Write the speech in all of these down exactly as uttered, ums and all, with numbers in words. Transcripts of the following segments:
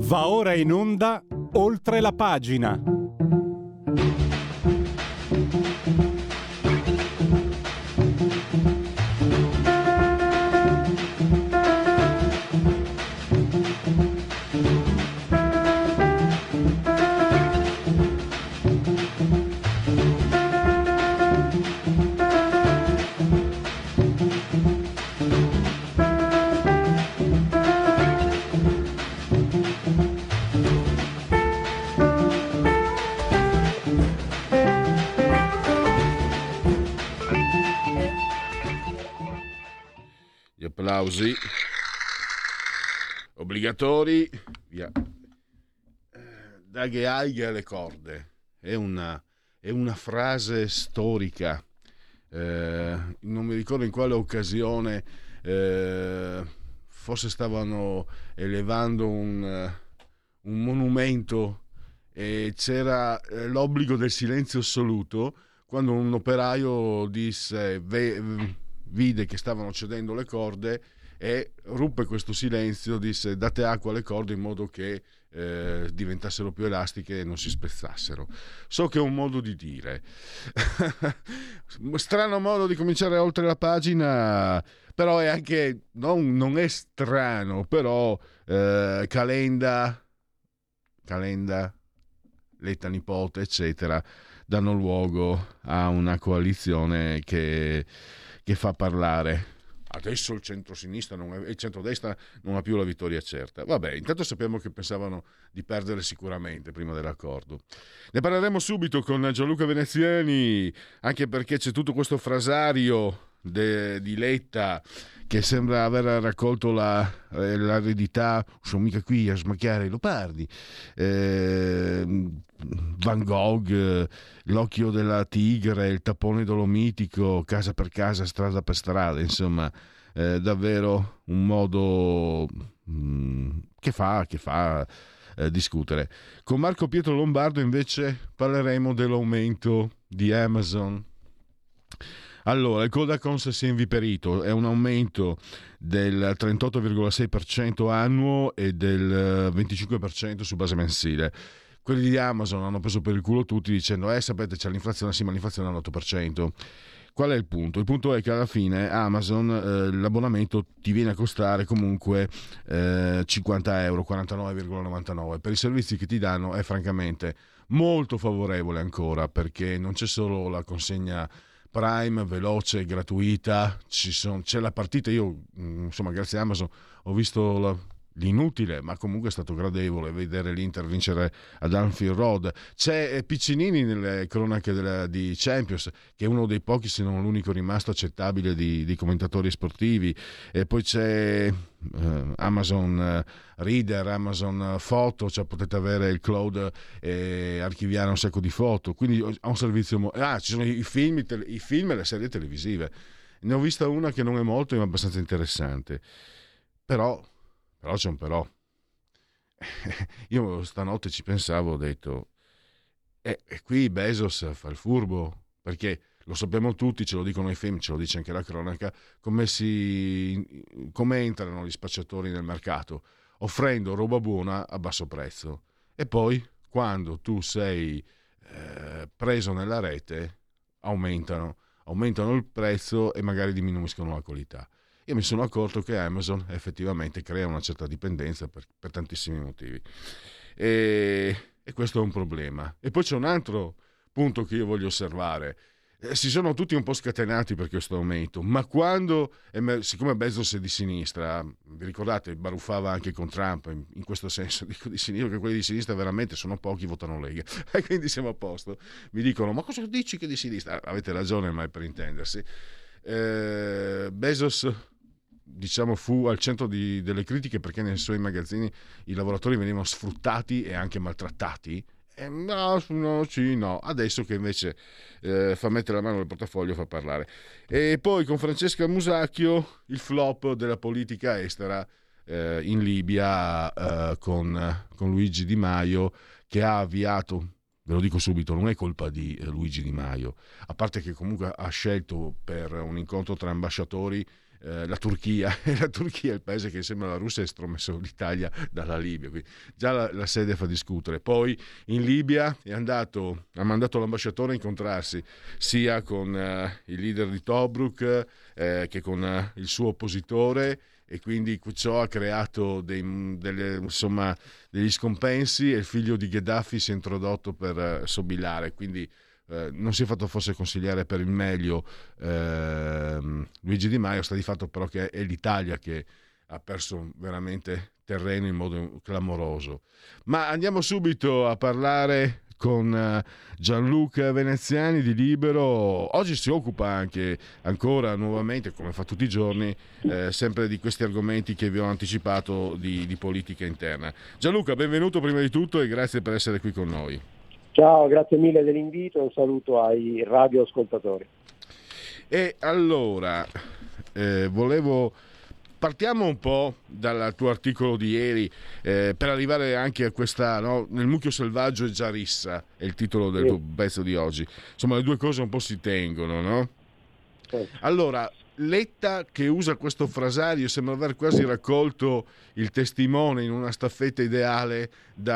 Va ora in onda Oltre la pagina. Applausi obbligatori, via. Daghe aighe alle corde è una, è una frase storica, eh, non mi ricordo in quale occasione, eh, forse stavano elevando un, un monumento e c'era l'obbligo del silenzio assoluto quando un operaio disse ve, vide che stavano cedendo le corde e ruppe questo silenzio, disse date acqua alle corde in modo che eh, diventassero più elastiche e non si spezzassero. So che è un modo di dire strano modo di cominciare oltre la pagina, però è anche non, non è strano, però eh, Calenda Calenda Letta nipote eccetera danno luogo a una coalizione che che fa parlare. Adesso il centro-sinistra non è, il centrodestra non ha più la vittoria certa. Vabbè, intanto sappiamo che pensavano di perdere sicuramente prima dell'accordo. Ne parleremo subito con Gianluca Veneziani, anche perché c'è tutto questo frasario de, di Letta che sembra aver raccolto la, eh, l'aridità, sono mica qui a smacchiare i leopardi, eh, Van Gogh, l'occhio della tigre, il tappone dolomitico, casa per casa, strada per strada, insomma, eh, davvero un modo mh, che fa, che fa eh, discutere. Con Marco Pietro Lombardo invece parleremo dell'aumento di Amazon. Allora, il Codacons si è inviperito, è un aumento del trentotto virgola sei per cento annuo e del venticinque per cento su base mensile. Quelli di Amazon hanno preso per il culo tutti dicendo eh sapete c'è l'inflazione, sì ma l'inflazione è all'otto per cento. Qual è il punto? Il punto è che alla fine Amazon eh, l'abbonamento ti viene a costare comunque eh, cinquanta euro, quarantanove virgola novantanove. Per i servizi che ti danno è francamente molto favorevole ancora, perché non c'è solo la consegna Prime veloce, gratuita, ci sono, c'è la partita. Io insomma grazie a Amazon ho visto la, l'inutile, ma comunque è stato gradevole vedere l'Inter vincere ad Anfield Road. C'è Piccinini nelle cronache della, di Champions, che è uno dei pochi se non l'unico rimasto accettabile di, di commentatori sportivi, e poi c'è eh, Amazon eh, Reader, Amazon Foto, cioè potete avere il cloud e archiviare un sacco di foto, quindi ha un servizio mo- ah ci sono i film, i, tele- i film e le serie televisive. Ne ho vista una che non è molto ma abbastanza interessante, però però c'è un però. Io stanotte ci pensavo, ho detto e eh, qui Bezos fa il furbo, perché lo sappiamo tutti, ce lo dicono i film, ce lo dice anche la cronaca, come si come entrano gli spacciatori nel mercato offrendo roba buona a basso prezzo, e poi quando tu sei eh, preso nella rete aumentano aumentano il prezzo e magari diminuiscono la qualità. Io mi sono accorto che Amazon effettivamente crea una certa dipendenza per, per tantissimi motivi, e, e questo è un problema. E poi c'è un altro punto che io voglio osservare. Eh, si sono tutti un po' scatenati per questo aumento, ma quando, siccome Bezos è di sinistra, vi ricordate, baruffava anche con Trump, in, in questo senso dico di sinistra, che quelli di sinistra veramente sono pochi, votano Lega, e quindi siamo a posto. Mi dicono, ma cosa dici che di sinistra? Avete ragione, ma è per intendersi. Eh, Bezos, diciamo, fu al centro di, delle critiche perché nei suoi magazzini i lavoratori venivano sfruttati e anche maltrattati. Eh, no, no, sì, no. Adesso che invece eh, fa mettere la mano nel portafoglio, fa parlare. E poi con Francesca Musacchio il flop della politica estera eh, in Libia eh, con, con Luigi Di Maio, che ha avviato, ve lo dico subito, non è colpa di eh, Luigi Di Maio, a parte che comunque ha scelto per un incontro tra ambasciatori eh, la Turchia, e la Turchia è il paese che insieme alla Russia ha estromesso l'Italia dalla Libia, quindi già la, la sede fa discutere. Poi in Libia è andato, ha mandato l'ambasciatore a incontrarsi sia con eh, il leader di Tobruk eh, che con eh, il suo oppositore, e quindi ciò ha creato dei, delle, insomma, degli scompensi, e il figlio di Gheddafi si è introdotto per eh, sobillare, quindi eh, non si è fatto forse consigliare per il meglio eh, Luigi Di Maio. Sta di fatto però che è l'Italia che ha perso veramente terreno in modo clamoroso. Ma andiamo subito a parlare con Gianluca Veneziani di Libero. Oggi si occupa anche ancora nuovamente, come fa tutti i giorni, eh, sempre di questi argomenti che vi ho anticipato di, di politica interna. Gianluca, benvenuto prima di tutto e grazie per essere qui con noi. Ciao, grazie mille dell'invito e un saluto ai radioascoltatori. E allora, eh, volevo... Partiamo un po' dal tuo articolo di ieri eh, per arrivare anche a questa, no? Nel mucchio selvaggio e già rissa è il titolo del sì. tuo pezzo di oggi. Insomma, le due cose un po' si tengono, no? Sì. Allora, Letta che usa questo frasario sembra aver quasi raccolto il testimone in una staffetta ideale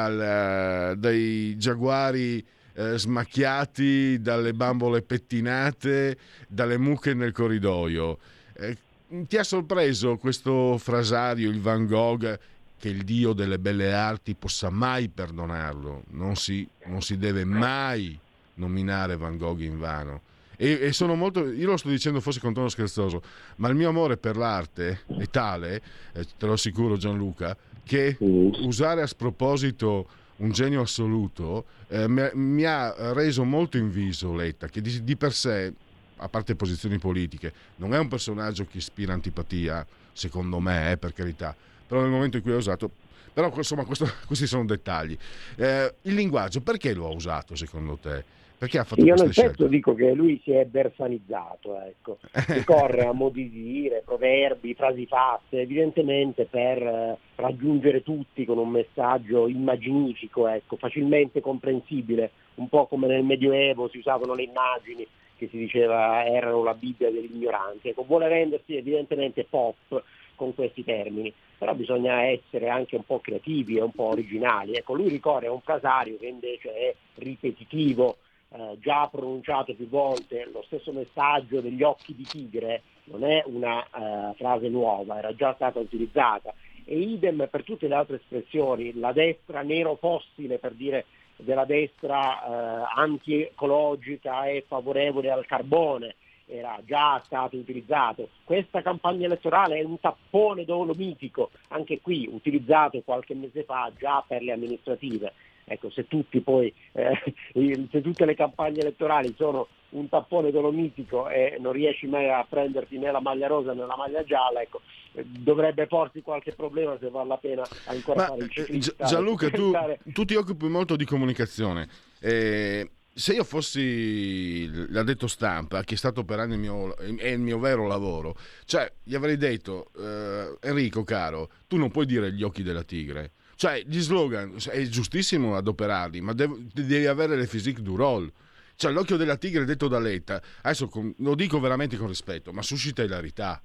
dal, dai giaguari eh, smacchiati, dalle bambole pettinate, dalle mucche nel corridoio. Eh, Ti ha sorpreso questo frasario, il Van Gogh, che il dio delle belle arti possa mai perdonarlo? Non si, non si deve mai nominare Van Gogh in vano. E, e sono molto, io lo sto dicendo forse con tono scherzoso, ma il mio amore per l'arte è tale, eh, te lo assicuro Gianluca, che usare a sproposito un genio assoluto eh, mi, mi ha reso molto inviso Letta, che di, di per sé, a parte posizioni politiche, non è un personaggio che ispira antipatia, secondo me, eh, per carità, però nel momento in cui ha usato, però insomma questo, questi sono dettagli. Eh, il linguaggio, perché lo ha usato secondo te? Perché ha fatto Io queste nel scelte? pezzo dico che lui si è bersanizzato, ecco, ricorre a modi di dire, proverbi, frasi fatte, evidentemente per eh, raggiungere tutti con un messaggio immaginifico, ecco, facilmente comprensibile, un po' come nel Medioevo si usavano le immagini che si diceva erano la Bibbia degli ignoranti. Ecco, vuole rendersi evidentemente pop con questi termini, però bisogna essere anche un po' creativi e un po' originali. Ecco, lui ricorre a un frasario che invece è ripetitivo, eh, già pronunciato più volte. Lo stesso messaggio degli occhi di tigre non è una uh, frase nuova, era già stata utilizzata, e idem per tutte le altre espressioni. La destra nero fossile, per dire della destra eh, anti-ecologica e favorevole al carbone, era già stato utilizzato. Questa campagna elettorale è un tappone dolomitico, anche qui utilizzato qualche mese fa già per le amministrative. Ecco, se tutti poi eh, se tutte le campagne elettorali sono un tappone dolomitico e non riesci mai a prenderti né la maglia rosa né la maglia gialla, ecco, dovrebbe porti qualche problema se vale la pena ancora Ma, fare il ciclista. Gianluca, tu, tu ti occupi molto di comunicazione. Eh, se io fossi l'addetto stampa, che è stato per anni il mio, è il mio vero lavoro, cioè gli avrei detto eh, Enrico caro, tu non puoi dire gli occhi della tigre. Cioè gli slogan è giustissimo adoperarli, ma dev- devi avere le physique du rôle. Cioè l'occhio della tigre detto da Letta, adesso con, lo dico veramente con rispetto, ma suscita ilarità.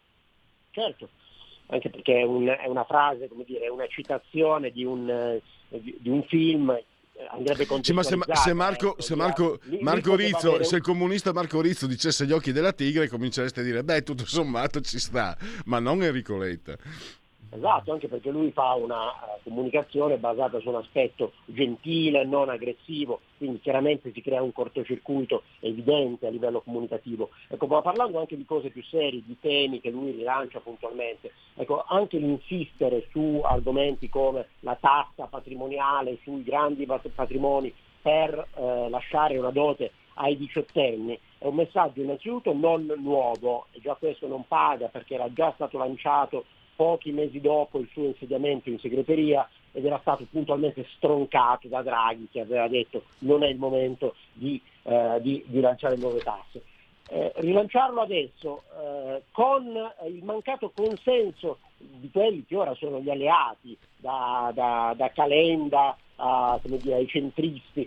Certo, anche perché è, un, è una frase, come dire, è una citazione di un, eh, di, di un film, eh, andrebbe sì, ma se, se Marco, ecco, se Marco, lì, Marco lì Rizzo, avere... se il comunista Marco Rizzo dicesse gli occhi della tigre, comincereste a dire, beh, tutto sommato ci sta, ma non Enrico Letta. Esatto, anche perché lui fa una uh, comunicazione basata su un aspetto gentile, non aggressivo, quindi chiaramente si crea un cortocircuito evidente a livello comunicativo. Ecco, ma parlando anche di cose più serie, di temi che lui rilancia puntualmente, ecco, anche l'insistere su argomenti come la tassa patrimoniale sui grandi patrimoni per uh, lasciare una dote ai diciottenni è un messaggio innanzitutto non nuovo, e già questo non paga perché era già stato lanciato pochi mesi dopo il suo insediamento in segreteria ed era stato puntualmente stroncato da Draghi, che aveva detto non è il momento di, eh, di, di lanciare nuove tasse. Eh, rilanciarlo adesso eh, con il mancato consenso di quelli che ora sono gli alleati, da, da, da Calenda a, come dire, ai centristi,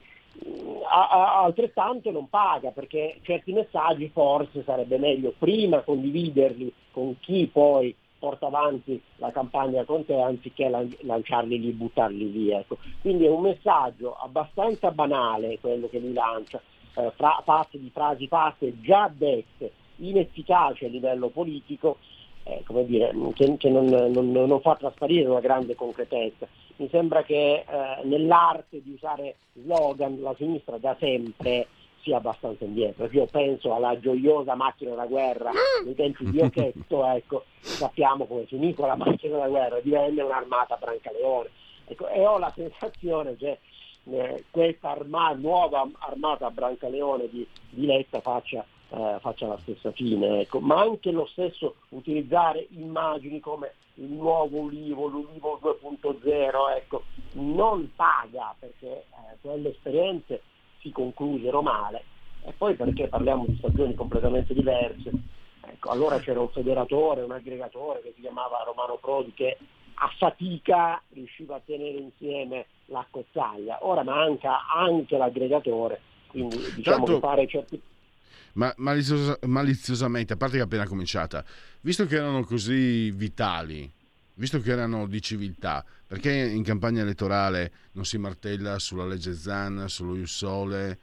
a, a, altrettanto non paga, perché certi messaggi forse sarebbe meglio prima condividerli con chi poi porta avanti la campagna con te anziché lan- lanciarli lì, buttarli lì, ecco. Quindi è un messaggio abbastanza banale quello che lui lancia, eh, fra- fatto di frasi fatte già dette, inefficace a livello politico, eh, come dire, che, che non, non, non fa trasparire una grande concretezza. Mi sembra che eh, nell'arte di usare slogan la sinistra da sempre sia abbastanza indietro. Io penso alla gioiosa macchina da guerra nei tempi di Occhetto, ecco, sappiamo come finì con la macchina da guerra, divenne un'armata Brancaleone. Ecco, e ho la sensazione che eh, questa arma- nuova armata Brancaleone di, di Letta faccia Eh, faccia la stessa fine, ecco. Ma anche lo stesso utilizzare immagini come il nuovo Ulivo, l'Ulivo due punto zero, ecco, non paga, perché eh, quelle esperienze si conclusero male, e poi perché parliamo di stagioni completamente diverse. Ecco, allora c'era un federatore, un aggregatore che si chiamava Romano Prodi, che a fatica riusciva a tenere insieme la cozzaglia. Ora manca anche l'aggregatore, quindi diciamo Tanto... che fare certi... Ma maliziosa, maliziosamente, a parte che è appena cominciata, visto che erano così vitali, visto che erano di civiltà, perché in campagna elettorale non si martella sulla legge Zan, sullo Ius Sole,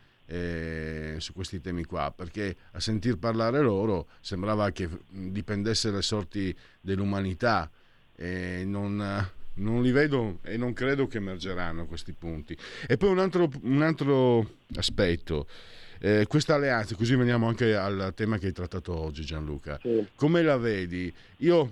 eh, su questi temi qua? Perché a sentir parlare loro sembrava che dipendesse le sorti dell'umanità, e non, non li vedo e non credo che emergeranno questi punti. E poi un altro, un altro aspetto. Eh, questa alleanza, così veniamo anche al tema che hai trattato oggi, Gianluca. Sì. Come la vedi? Io,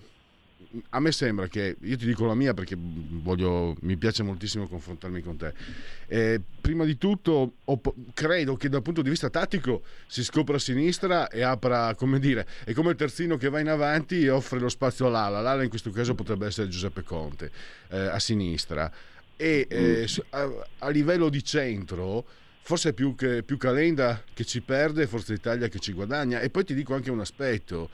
a me sembra che, io ti dico la mia perché voglio, mi piace moltissimo confrontarmi con te. Eh, prima di tutto, ho, credo che dal punto di vista tattico si scopra a sinistra e apra, come dire, è come il terzino che va in avanti e offre lo spazio all'ala. L'ala in questo caso potrebbe essere Giuseppe Conte, eh, a sinistra. E eh, a, a livello di centro, forse è più, che, più Calenda che ci perde, Forza Italia che ci guadagna. E poi ti dico anche un aspetto: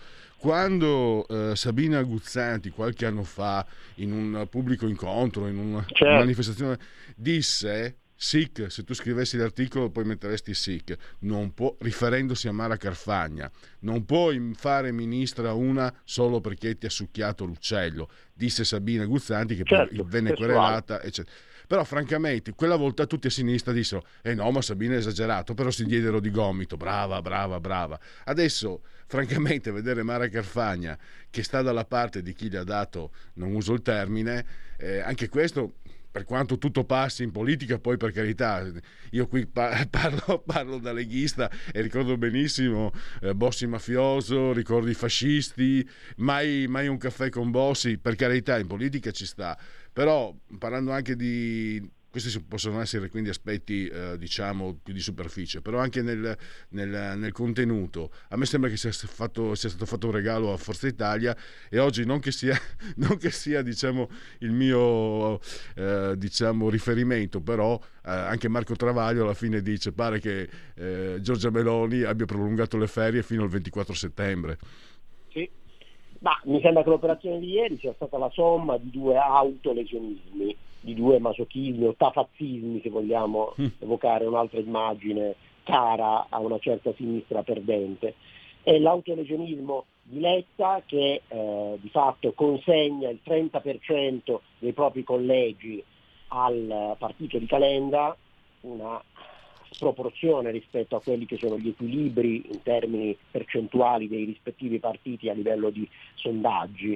quando eh, Sabina Guzzanti qualche anno fa in un pubblico incontro, in una Certo. manifestazione, disse SIC, se tu scrivessi l'articolo poi metteresti SIC, non può, riferendosi a Mara Carfagna, non puoi fare ministra una solo perché ti ha succhiato l'uccello, disse Sabina Guzzanti, che Certo, poi venne querelata, eccetera. Però francamente quella volta tutti a sinistra dissero eh no, ma Sabina è esagerato, però si diedero di gomito, brava, brava, brava. Adesso francamente vedere Mara Carfagna che sta dalla parte di chi gli ha dato, non uso il termine, eh, anche questo, per quanto tutto passi in politica, poi per carità, io qui parlo, parlo da leghista e ricordo benissimo eh, Bossi mafioso, ricordo i fascisti, mai, mai un caffè con Bossi, per carità in politica ci sta. Però parlando anche di, questi possono essere quindi aspetti eh, diciamo più di superficie, però anche nel, nel, nel contenuto a me sembra che sia, fatto, sia stato fatto un regalo a Forza Italia, e oggi non che sia, non che sia diciamo il mio eh, diciamo riferimento, però eh, anche Marco Travaglio alla fine dice pare che eh, Giorgia Meloni abbia prolungato le ferie fino al ventiquattro settembre. Sì. Ma mi sembra che l'operazione di ieri sia stata la somma di due autolesionismi, di due masochismi o tafazzismi, se vogliamo mm. evocare un'altra immagine cara a una certa sinistra perdente. È l'autolesionismo di Letta che eh, di fatto consegna il trenta per cento dei propri collegi al partito di Calenda, una sproporzione rispetto a quelli che sono gli equilibri in termini percentuali dei rispettivi partiti a livello di sondaggi.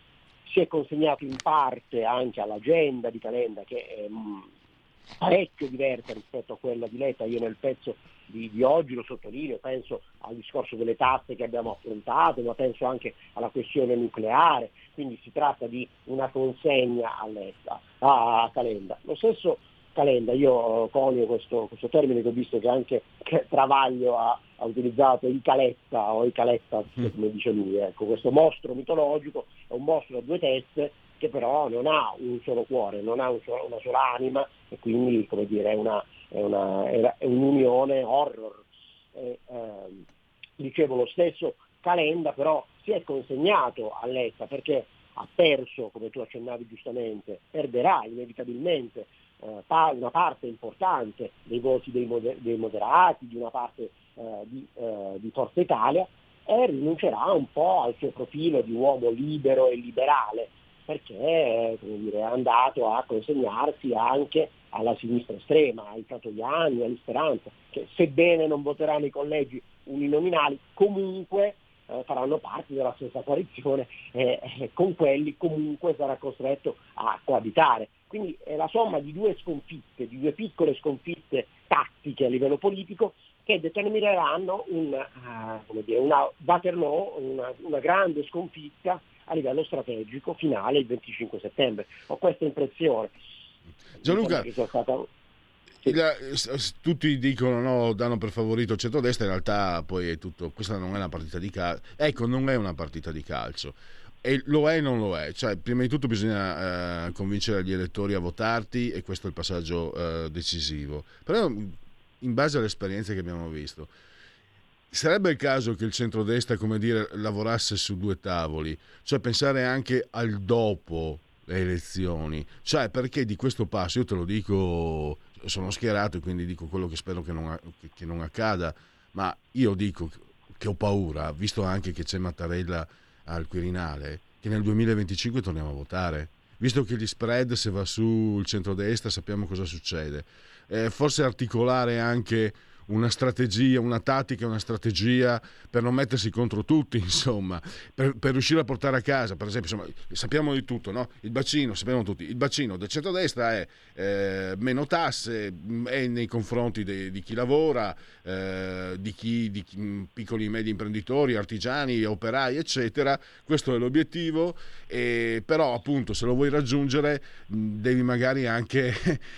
Si è consegnato in parte anche all'agenda di Calenda, che è mh, parecchio diversa rispetto a quella di Letta. Io nel pezzo di, di oggi lo sottolineo, penso al discorso delle tasse che abbiamo affrontato, ma penso anche alla questione nucleare, quindi si tratta di una consegna a Letta, a Calenda. Lo stesso Calenda, io conio questo, questo termine che ho visto che anche che Travaglio ha, ha utilizzato, i Caletta o i Caletta, come dice lui, ecco, questo mostro mitologico è un mostro a due teste che però non ha un solo cuore, non ha un solo, una sola anima, e quindi come dire è, una, è, una, è un'unione horror. E, ehm, dicevo, lo stesso Calenda però si è consegnato a Letta perché ha perso, come tu accennavi giustamente, perderà inevitabilmente eh, pa- una parte importante dei voti dei, moder- dei moderati, di una parte eh, di, eh, di Forza Italia, e rinuncerà un po' al suo profilo di uomo libero e liberale, perché come dire, è andato a consegnarsi anche alla sinistra estrema, ai Fratoianni, all'Isperanza, che sebbene non voteranno i collegi uninominali, comunque eh, faranno parte della stessa coalizione e eh, con quelli comunque sarà costretto a coabitare. Quindi è la somma di due sconfitte, di due piccole sconfitte tattiche a livello politico, che determineranno un, uh, come dire, una Waterloo, una, una grande sconfitta a livello strategico finale il venticinque settembre. Ho questa impressione. Gianluca, che sia stata... sì. la, tutti dicono no, danno per favorito il centrodestra, in realtà poi è tutto, questa non è una partita di calcio, ecco, non è una partita di calcio. E lo è e non lo è, cioè prima di tutto bisogna eh, convincere gli elettori a votarti, e questo è il passaggio eh, decisivo. Però in base alle esperienze che abbiamo visto, sarebbe il caso che il centrodestra, come dire, lavorasse su due tavoli, cioè pensare anche al dopo le elezioni, cioè perché di questo passo, io te lo dico, sono schierato e quindi dico quello che spero che non, che non accada, ma io dico che ho paura, visto anche che c'è Mattarella al Quirinale, che nel duemilaventicinque torniamo a votare, visto che gli spread, se va sul centrodestra sappiamo cosa succede. Eh, forse articolare anche una strategia, una tattica, una strategia per non mettersi contro tutti, insomma, per, per riuscire a portare a casa, per esempio, insomma, sappiamo di tutto, no? Il bacino, sappiamo tutti, il bacino del centrodestra è eh, meno tasse, è nei confronti de, di chi lavora, eh, di chi, di chi, piccoli e medi imprenditori, artigiani, operai, eccetera. Questo è l'obiettivo, e, però appunto se lo vuoi raggiungere devi magari anche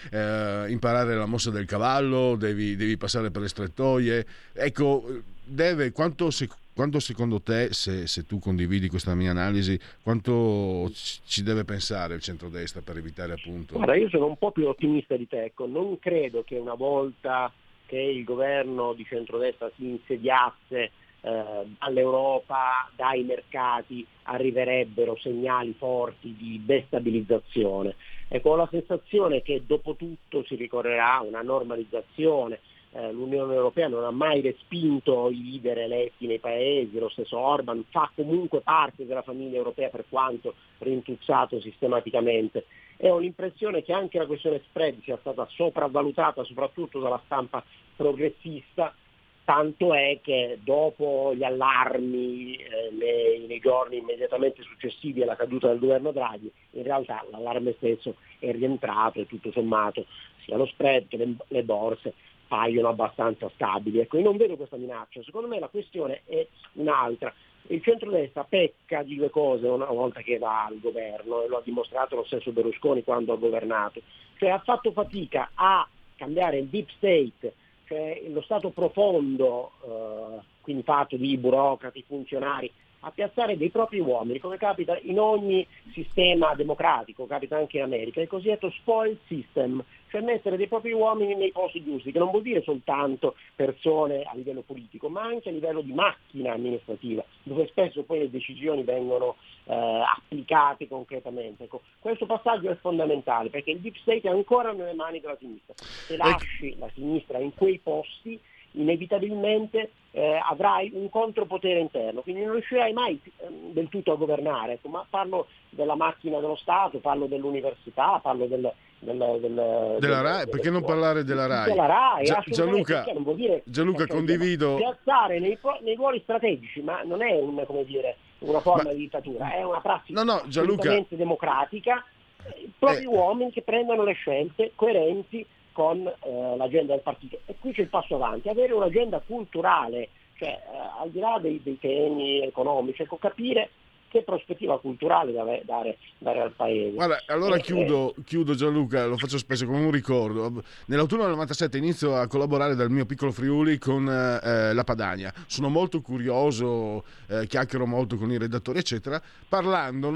eh, imparare la mossa del cavallo, devi, devi passare per le strettoie, ecco, deve, quanto, quanto secondo te, se, se tu condividi questa mia analisi, quanto ci deve pensare il centrodestra per evitare appunto... Guarda, io sono un po' più ottimista di te, ecco. Non credo che una volta che il governo di centrodestra si insediasse eh, dall'Europa, dai mercati, arriverebbero segnali forti di destabilizzazione. Ecco, ho la sensazione che dopo tutto si ricorrerà a una normalizzazione. Eh, l'Unione Europea non ha mai respinto i leader eletti nei paesi, lo stesso Orban fa comunque parte della famiglia europea per quanto rintuzzato sistematicamente, e ho l'impressione che anche la questione spread sia stata sopravvalutata soprattutto dalla stampa progressista, tanto è che dopo gli allarmi eh, nei, nei giorni immediatamente successivi alla caduta del governo Draghi, in realtà l'allarme stesso è rientrato e tutto sommato sia lo spread che le, le borse paiono abbastanza stabili. Ecco, io non vedo questa minaccia. Secondo me la questione è un'altra. Il centrodestra pecca di due cose una volta che va al governo, e lo ha dimostrato lo stesso Berlusconi quando ha governato. Cioè ha fatto fatica a cambiare il deep state, cioè lo stato profondo, eh, quindi fatto di burocrati, funzionari, a piazzare dei propri uomini, come capita in ogni sistema democratico, capita anche in America, il cosiddetto spoil system, cioè mettere dei propri uomini nei posti giusti, che non vuol dire soltanto persone a livello politico, ma anche a livello di macchina amministrativa, dove spesso poi le decisioni vengono eh, applicate concretamente. Ecco, questo passaggio è fondamentale, perché il deep state è ancora nelle mani della sinistra. Se lasci la sinistra in quei posti, inevitabilmente eh, avrai un contropotere interno, quindi non riuscirai mai eh, del tutto a governare, ecco, ma parlo della macchina dello Stato, parlo dell'università, parlo del, del, del, della del, RAI, del, perché non parlare della RAI? della RAI Gia, Gianluca, non vuol dire, Gianluca cioè, condivido piazzare nei, nei ruoli strategici, ma non è un, come dire, una forma ma, di dittatura, è una pratica no, no, assolutamente democratica, eh, propri eh. uomini che prendano le scelte coerenti con eh, l'agenda del partito. E qui c'è il passo avanti, avere un'agenda culturale, cioè eh, al di là dei, dei temi economici, ecco, capire che prospettiva culturale dare, dare, dare al paese. Guarda, allora eh, chiudo, eh. chiudo Gianluca, lo faccio spesso come un ricordo. Nell'autunno del novantasette inizio a collaborare dal mio piccolo Friuli con eh, la Padania. Sono molto curioso, eh, chiacchiero molto con i redattori, eccetera, parlando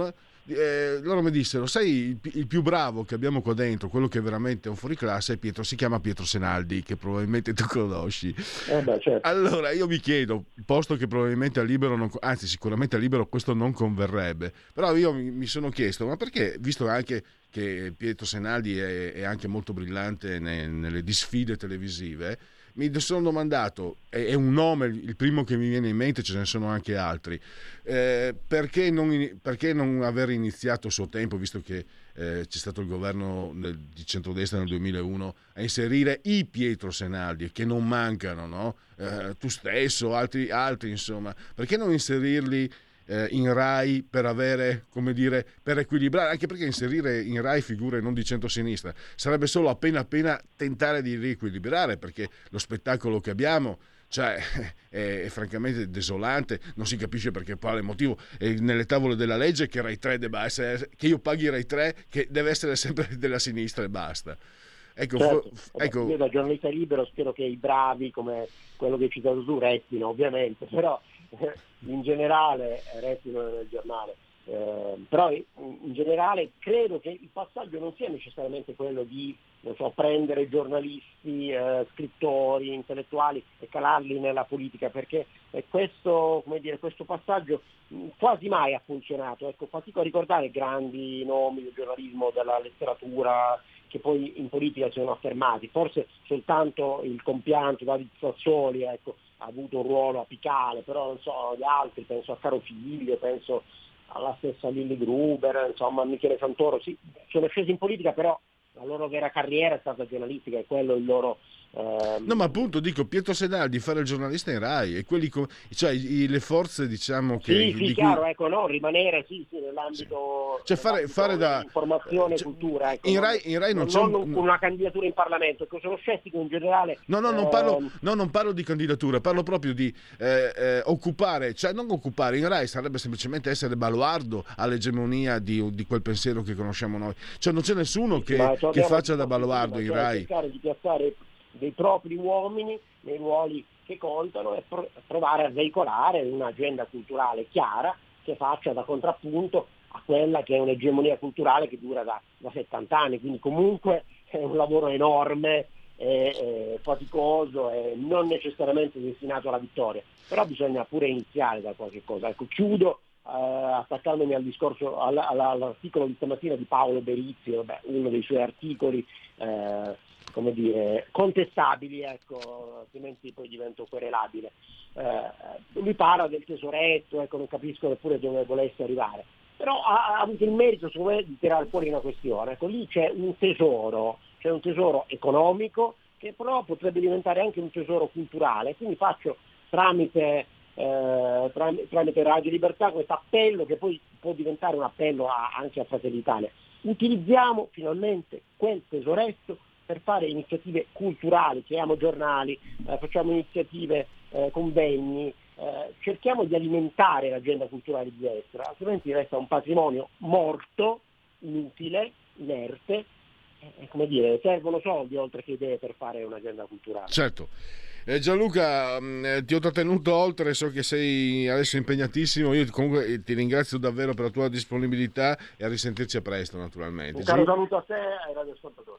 eh, loro mi dissero, sai, il, il più bravo che abbiamo qua dentro, quello che è veramente un fuoriclasse, è Pietro, si chiama Pietro Senaldi, che probabilmente tu conosci. Eh beh, certo. Allora io mi chiedo, posto che probabilmente a Libero, non, anzi sicuramente a Libero questo non converrebbe, però io mi, mi sono chiesto, ma perché, visto anche che Pietro Senaldi è, è anche molto brillante ne, nelle disfide televisive, mi sono domandato, è un nome il primo che mi viene in mente, ce ne sono anche altri, eh, perché, non, perché non aver iniziato a suo tempo, visto che eh, c'è stato il governo nel, di centrodestra nel duemilauno, a inserire i Pietro Senaldi, che non mancano, no? Eh, tu stesso, altri, altri insomma, perché non inserirli eh, in Rai per avere, come dire, per equilibrare, anche perché inserire in Rai figure non di centrosinistra sarebbe solo appena appena tentare di riequilibrare, perché lo spettacolo che abbiamo, cioè, è, è francamente desolante, non si capisce perché quale motivo è nelle tavole della legge che Rai tre debba essere, che io paghi Rai tre, che deve essere sempre della sinistra e basta. Ecco, certo. fo- ecco. Io da giornalista libero spero che i bravi, come quello che hai citato tu, restino ovviamente, però eh, in generale restino nel giornale. Eh, però in generale credo che il passaggio non sia necessariamente quello di, non so, prendere giornalisti, eh, scrittori, intellettuali e calarli nella politica, perché eh, questo, come dire, questo passaggio mh, quasi mai ha funzionato. Ecco, fatico a ricordare grandi nomi del giornalismo, della letteratura, che poi in politica si sono affermati. Forse soltanto il compianto David Sassoli, ecco, ha avuto un ruolo apicale, però non so, gli altri, penso a Caro Figlio, penso alla stessa Lilli Gruber, insomma Michele Santoro, sì, sono scesi in politica, però la loro vera carriera è stata giornalistica, è quello il loro... Ehm... No, ma appunto dico, Pietro Senaldi fare il giornalista in Rai, e quelli com- cioè i, le forze, diciamo, che... Sì, sì, di chiaro, cui... ecco, no, rimanere sì, sì, nell'ambito... Cioè fare, fare da... informazione, cioè, cultura, ecco. In Rai, in Rai non, non, c'è non con una candidatura in Parlamento, ecco, sono scettico in generale. No, no, non parlo, no, non parlo di candidatura, parlo proprio di eh, eh, occupare, cioè non occupare, in Rai sarebbe semplicemente essere baluardo all'egemonia di, di quel pensiero che conosciamo noi. Cioè non c'è nessuno che, che faccia da baluardo in Rai. Cercare di piazzare dei propri uomini nei ruoli che contano e pro- provare a veicolare un'agenda culturale chiara che faccia da contrappunto a quella che è un'egemonia culturale che dura da, da settanta anni, quindi comunque è un lavoro enorme, è, è faticoso e non necessariamente destinato alla vittoria, però bisogna pure iniziare da qualche cosa. Ecco, chiudo eh, attaccandomi al discorso all, all'articolo di stamattina di Paolo Berizzi, vabbè, uno dei suoi articoli eh, come dire, contestabili, ecco, altrimenti poi divento querelabile. Eh, lui parla del tesoretto, ecco, non capisco neppure dove volesse arrivare, però ha, ha avuto il merito, secondo me, di tirare fuori una questione. Ecco, lì c'è un tesoro, c'è un tesoro economico che però potrebbe diventare anche un tesoro culturale, quindi faccio tramite eh, tram- tramite Radio Libertà questo appello, che poi può diventare un appello a, anche a Fratelli d'Italia. Utilizziamo finalmente quel tesoretto per fare iniziative culturali, creiamo giornali, eh, facciamo iniziative, eh, convegni, eh, cerchiamo di alimentare l'agenda culturale di destra, altrimenti resta un patrimonio morto, inutile, inerte, eh, come dire, servono soldi oltre che idee per fare un'agenda culturale. Certo. Eh, Gianluca, mh, ti ho trattenuto oltre, so che sei adesso impegnatissimo, io comunque ti ringrazio davvero per la tua disponibilità e a risentirci a presto, naturalmente. Un caro saluto a te e ai radioascoltatori.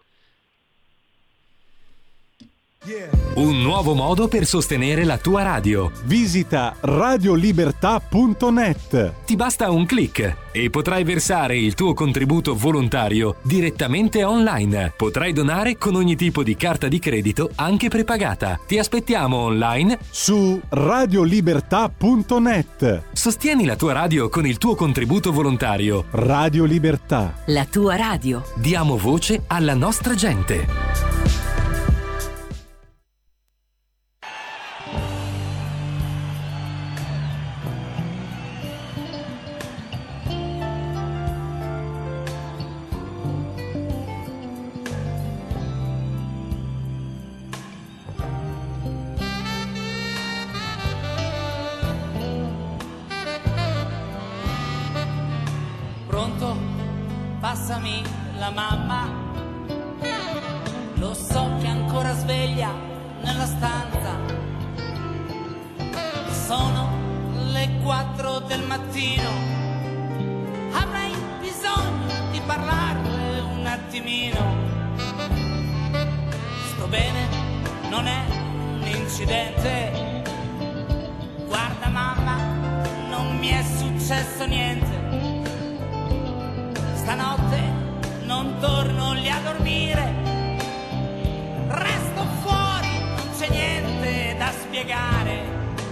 Un nuovo modo per sostenere la tua radio. Visita radiolibertà punto net. Ti basta un click e potrai versare il tuo contributo volontario direttamente online. Potrai donare con ogni tipo di carta di credito, anche prepagata. Ti aspettiamo online su radiolibertà punto net. Sostieni la tua radio con il tuo contributo volontario. Radio Libertà. La tua radio. Diamo voce alla nostra gente. Passami la mamma, lo so che è ancora sveglia nella stanza, sono le quattro del mattino, avrei parlarle un attimino. Sto bene, non è un incidente. Guarda mamma, non mi è successo niente. Stanotte non torno lì a dormire. Resto fuori, non c'è niente da spiegare.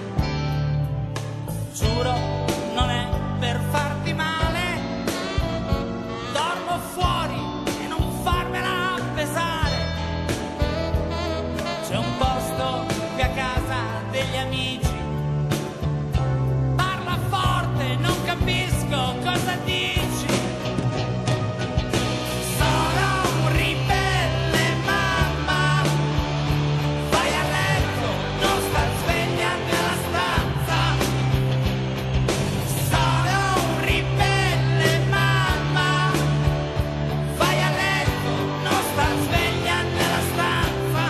Giuro, non è per farti male. Dormo fuori e non farmela pesare. C'è un posto qui a casa degli amici. Parla forte, non capisco cosa dici. Sono un ribelle, mamma. Vai a letto, non star sveglia nella stanza. Sono un ribelle, mamma. Vai a letto, non star sveglia nella stanza.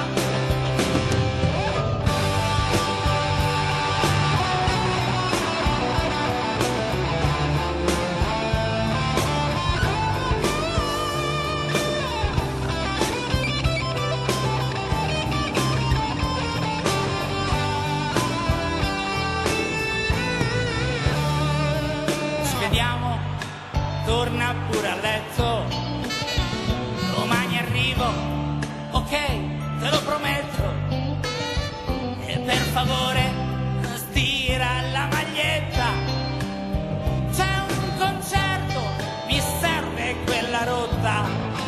Ci vediamo, torna pure a letto. Domani arrivo, ok, te lo prometto. E per favore, stira la maglietta. C'è un concerto, mi serve quella rotta.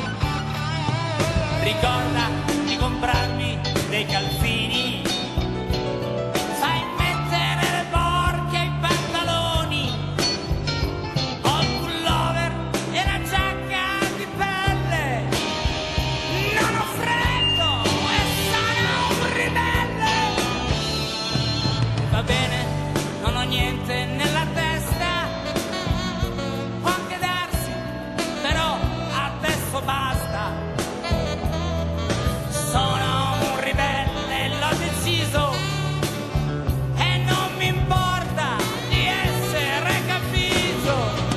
Ricorda di comprarmi dei calzini. Sai mettere le borchie ai pantaloni. Ho il pullover e la giacca di pelle. Non ho freddo e sono un ribelle. Va bene, non ho niente nella testa. Può anche darsi, però adesso basta. Sono un ribelle, l'ho deciso. E non mi importa di essere capito.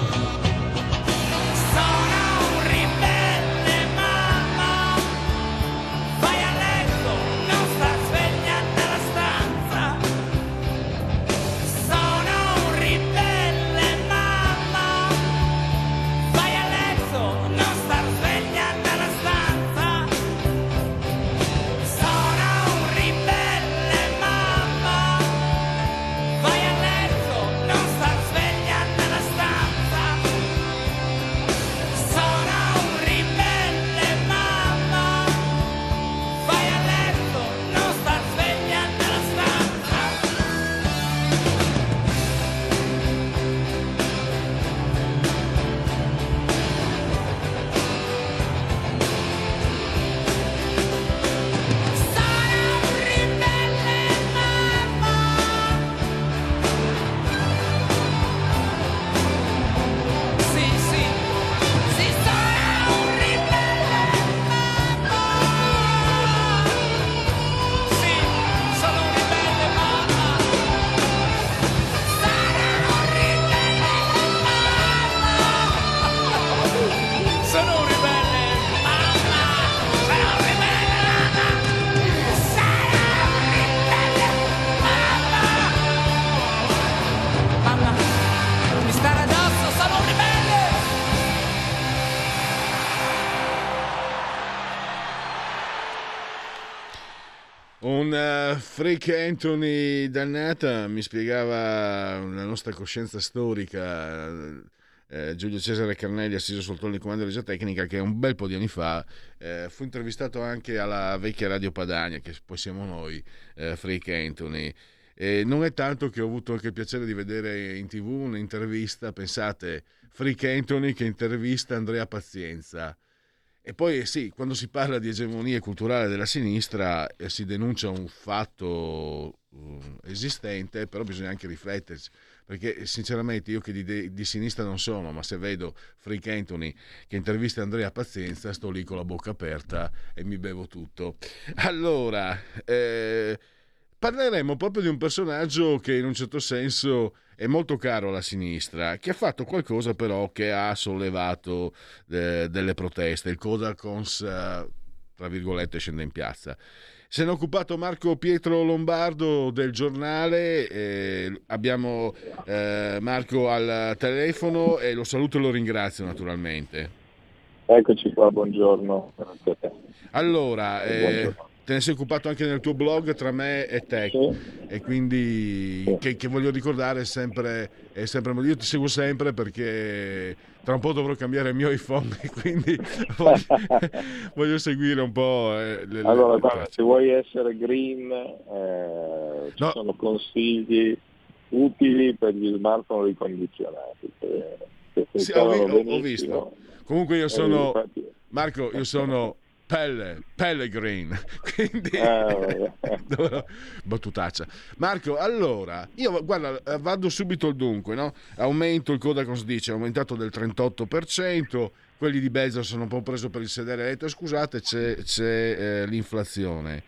Sono un ribelle, mamma. Vai a letto, non star sveglia nella stanza. Sono un ribelle, mamma. Vai a letto, non star sveglia nella stanza. Sono un ribelle, mamma. Vai a letto, non star sveglia nella stanza. Sono un ribelle, mamma. Vai a letto, non star sveglia nella stanza. Sono un ribelle, mamma. Sì, sì, sì, sono un ribelle, mamma. Sì, sono un ribelle, mamma. Sono un ribelle, mamma. Sono un ribelle, mamma. Sono un ribelle, mamma. Sono un ribelle, mamma. Mamma, mi stare addosso, sono un ribelle. Un uh, freak Anthony dannata, mi spiegava la nostra coscienza storica, eh, Giulio Cesare Carnelli, assiso sul trono di comando di regia tecnica, che un bel po' di anni fa eh, fu intervistato anche alla vecchia Radio Padania, che poi siamo noi, eh, freak Anthony. E non è tanto che ho avuto anche il piacere di vedere in tv un'intervista, pensate, freak Anthony che intervista Andrea Pazienza. E poi sì, quando si parla di egemonia culturale della sinistra eh, si denuncia un fatto uh, esistente, però bisogna anche rifletterci, perché sinceramente io che di, di sinistra non sono, ma se vedo Freak Anthony che intervista Andrea Pazienza, sto lì con la bocca aperta e mi bevo tutto. Allora, eh, parleremo proprio di un personaggio che in un certo senso è molto caro alla sinistra, che ha fatto qualcosa però che ha sollevato eh, delle proteste. Il Codacons, eh, tra virgolette, scende in piazza. Se ne è occupato Marco Pietro Lombardo del Giornale, eh, abbiamo eh, Marco al telefono e lo saluto e lo ringrazio naturalmente. Eccoci qua, buongiorno. Grazie a te. Allora, eh, Buongiorno. te ne sei occupato anche nel tuo blog Tra me e te, Sì. e quindi Sì. che, che voglio ricordare è sempre, è sempre, io ti seguo sempre perché tra un po' dovrò cambiare il mio iPhone e quindi voglio, voglio seguire un po' eh, le, Allora, le guarda, tracce. se vuoi essere green, eh, ci No. sono consigli utili per gli smartphone ricondizionati. Che, che Sì, ho, vi- funzionano ho- ho benissimo. visto. Comunque io Eh, sono infatti- Marco, io sono Pelle, Pellegrin, quindi Eh, dovrò- battutaccia. Marco, allora, io guarda, eh, vado subito al dunque, no? Aumento, il Codacons dice, è aumentato del trentotto per cento, quelli di Bezos sono un po' preso per il sedere eletto, scusate, c'è, c'è eh, l'inflazione.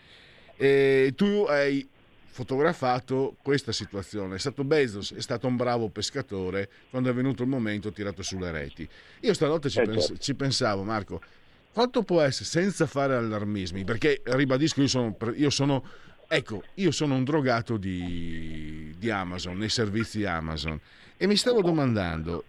E tu hai fotografato questa situazione. È stato Bezos, è stato un bravo pescatore, quando è venuto il momento ha tirato sulle reti. Io stanotte ci, Eh, pens- certo. ci pensavo, Marco, quanto può essere, senza fare allarmismi, perché ribadisco, io sono, io sono ecco, io sono un drogato di, di Amazon, nei servizi Amazon, e mi stavo domandando,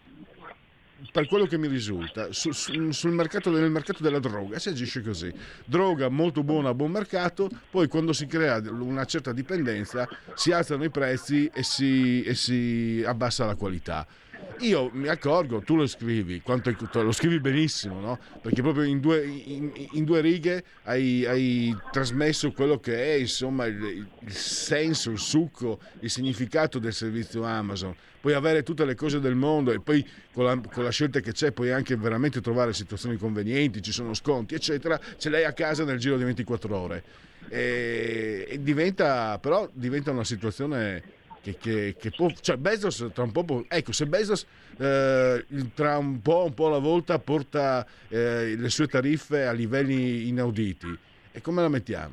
per quello che mi risulta, su- su- sul mercato, nel mercato della droga si agisce così: droga molto buona a buon mercato, poi quando si crea una certa dipendenza si alzano i prezzi e si, e si abbassa la qualità. Io mi accorgo, tu lo scrivi, quanto è- lo scrivi benissimo, no? Perché proprio in due, in, in due righe hai, hai trasmesso quello che è, insomma, il, il senso, il succo, il significato del servizio Amazon. Puoi avere tutte le cose del mondo e poi con la, con la scelta che c'è puoi anche veramente trovare situazioni convenienti, ci sono sconti, eccetera, ce l'hai a casa nel giro di ventiquattro ore. E, e diventa, però diventa una situazione che, che, che può, cioè Bezos tra un po' può, ecco, se Bezos eh, tra un po' un po' alla volta porta eh, le sue tariffe a livelli inauditi, e come la mettiamo?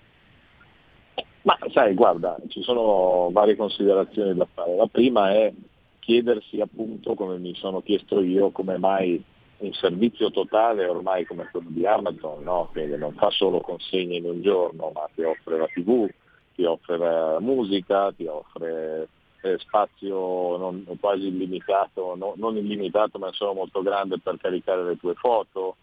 Ma sai, guarda, ci sono varie considerazioni da fare. La prima è chiedersi, appunto, come mi sono chiesto io, come mai un servizio totale ormai come quello di Amazon, no? Che non fa solo consegne in un giorno, ma ti offre la tivù, ti offre la musica, ti offre eh, spazio non, quasi illimitato, no, non illimitato ma solo molto grande per caricare le tue foto,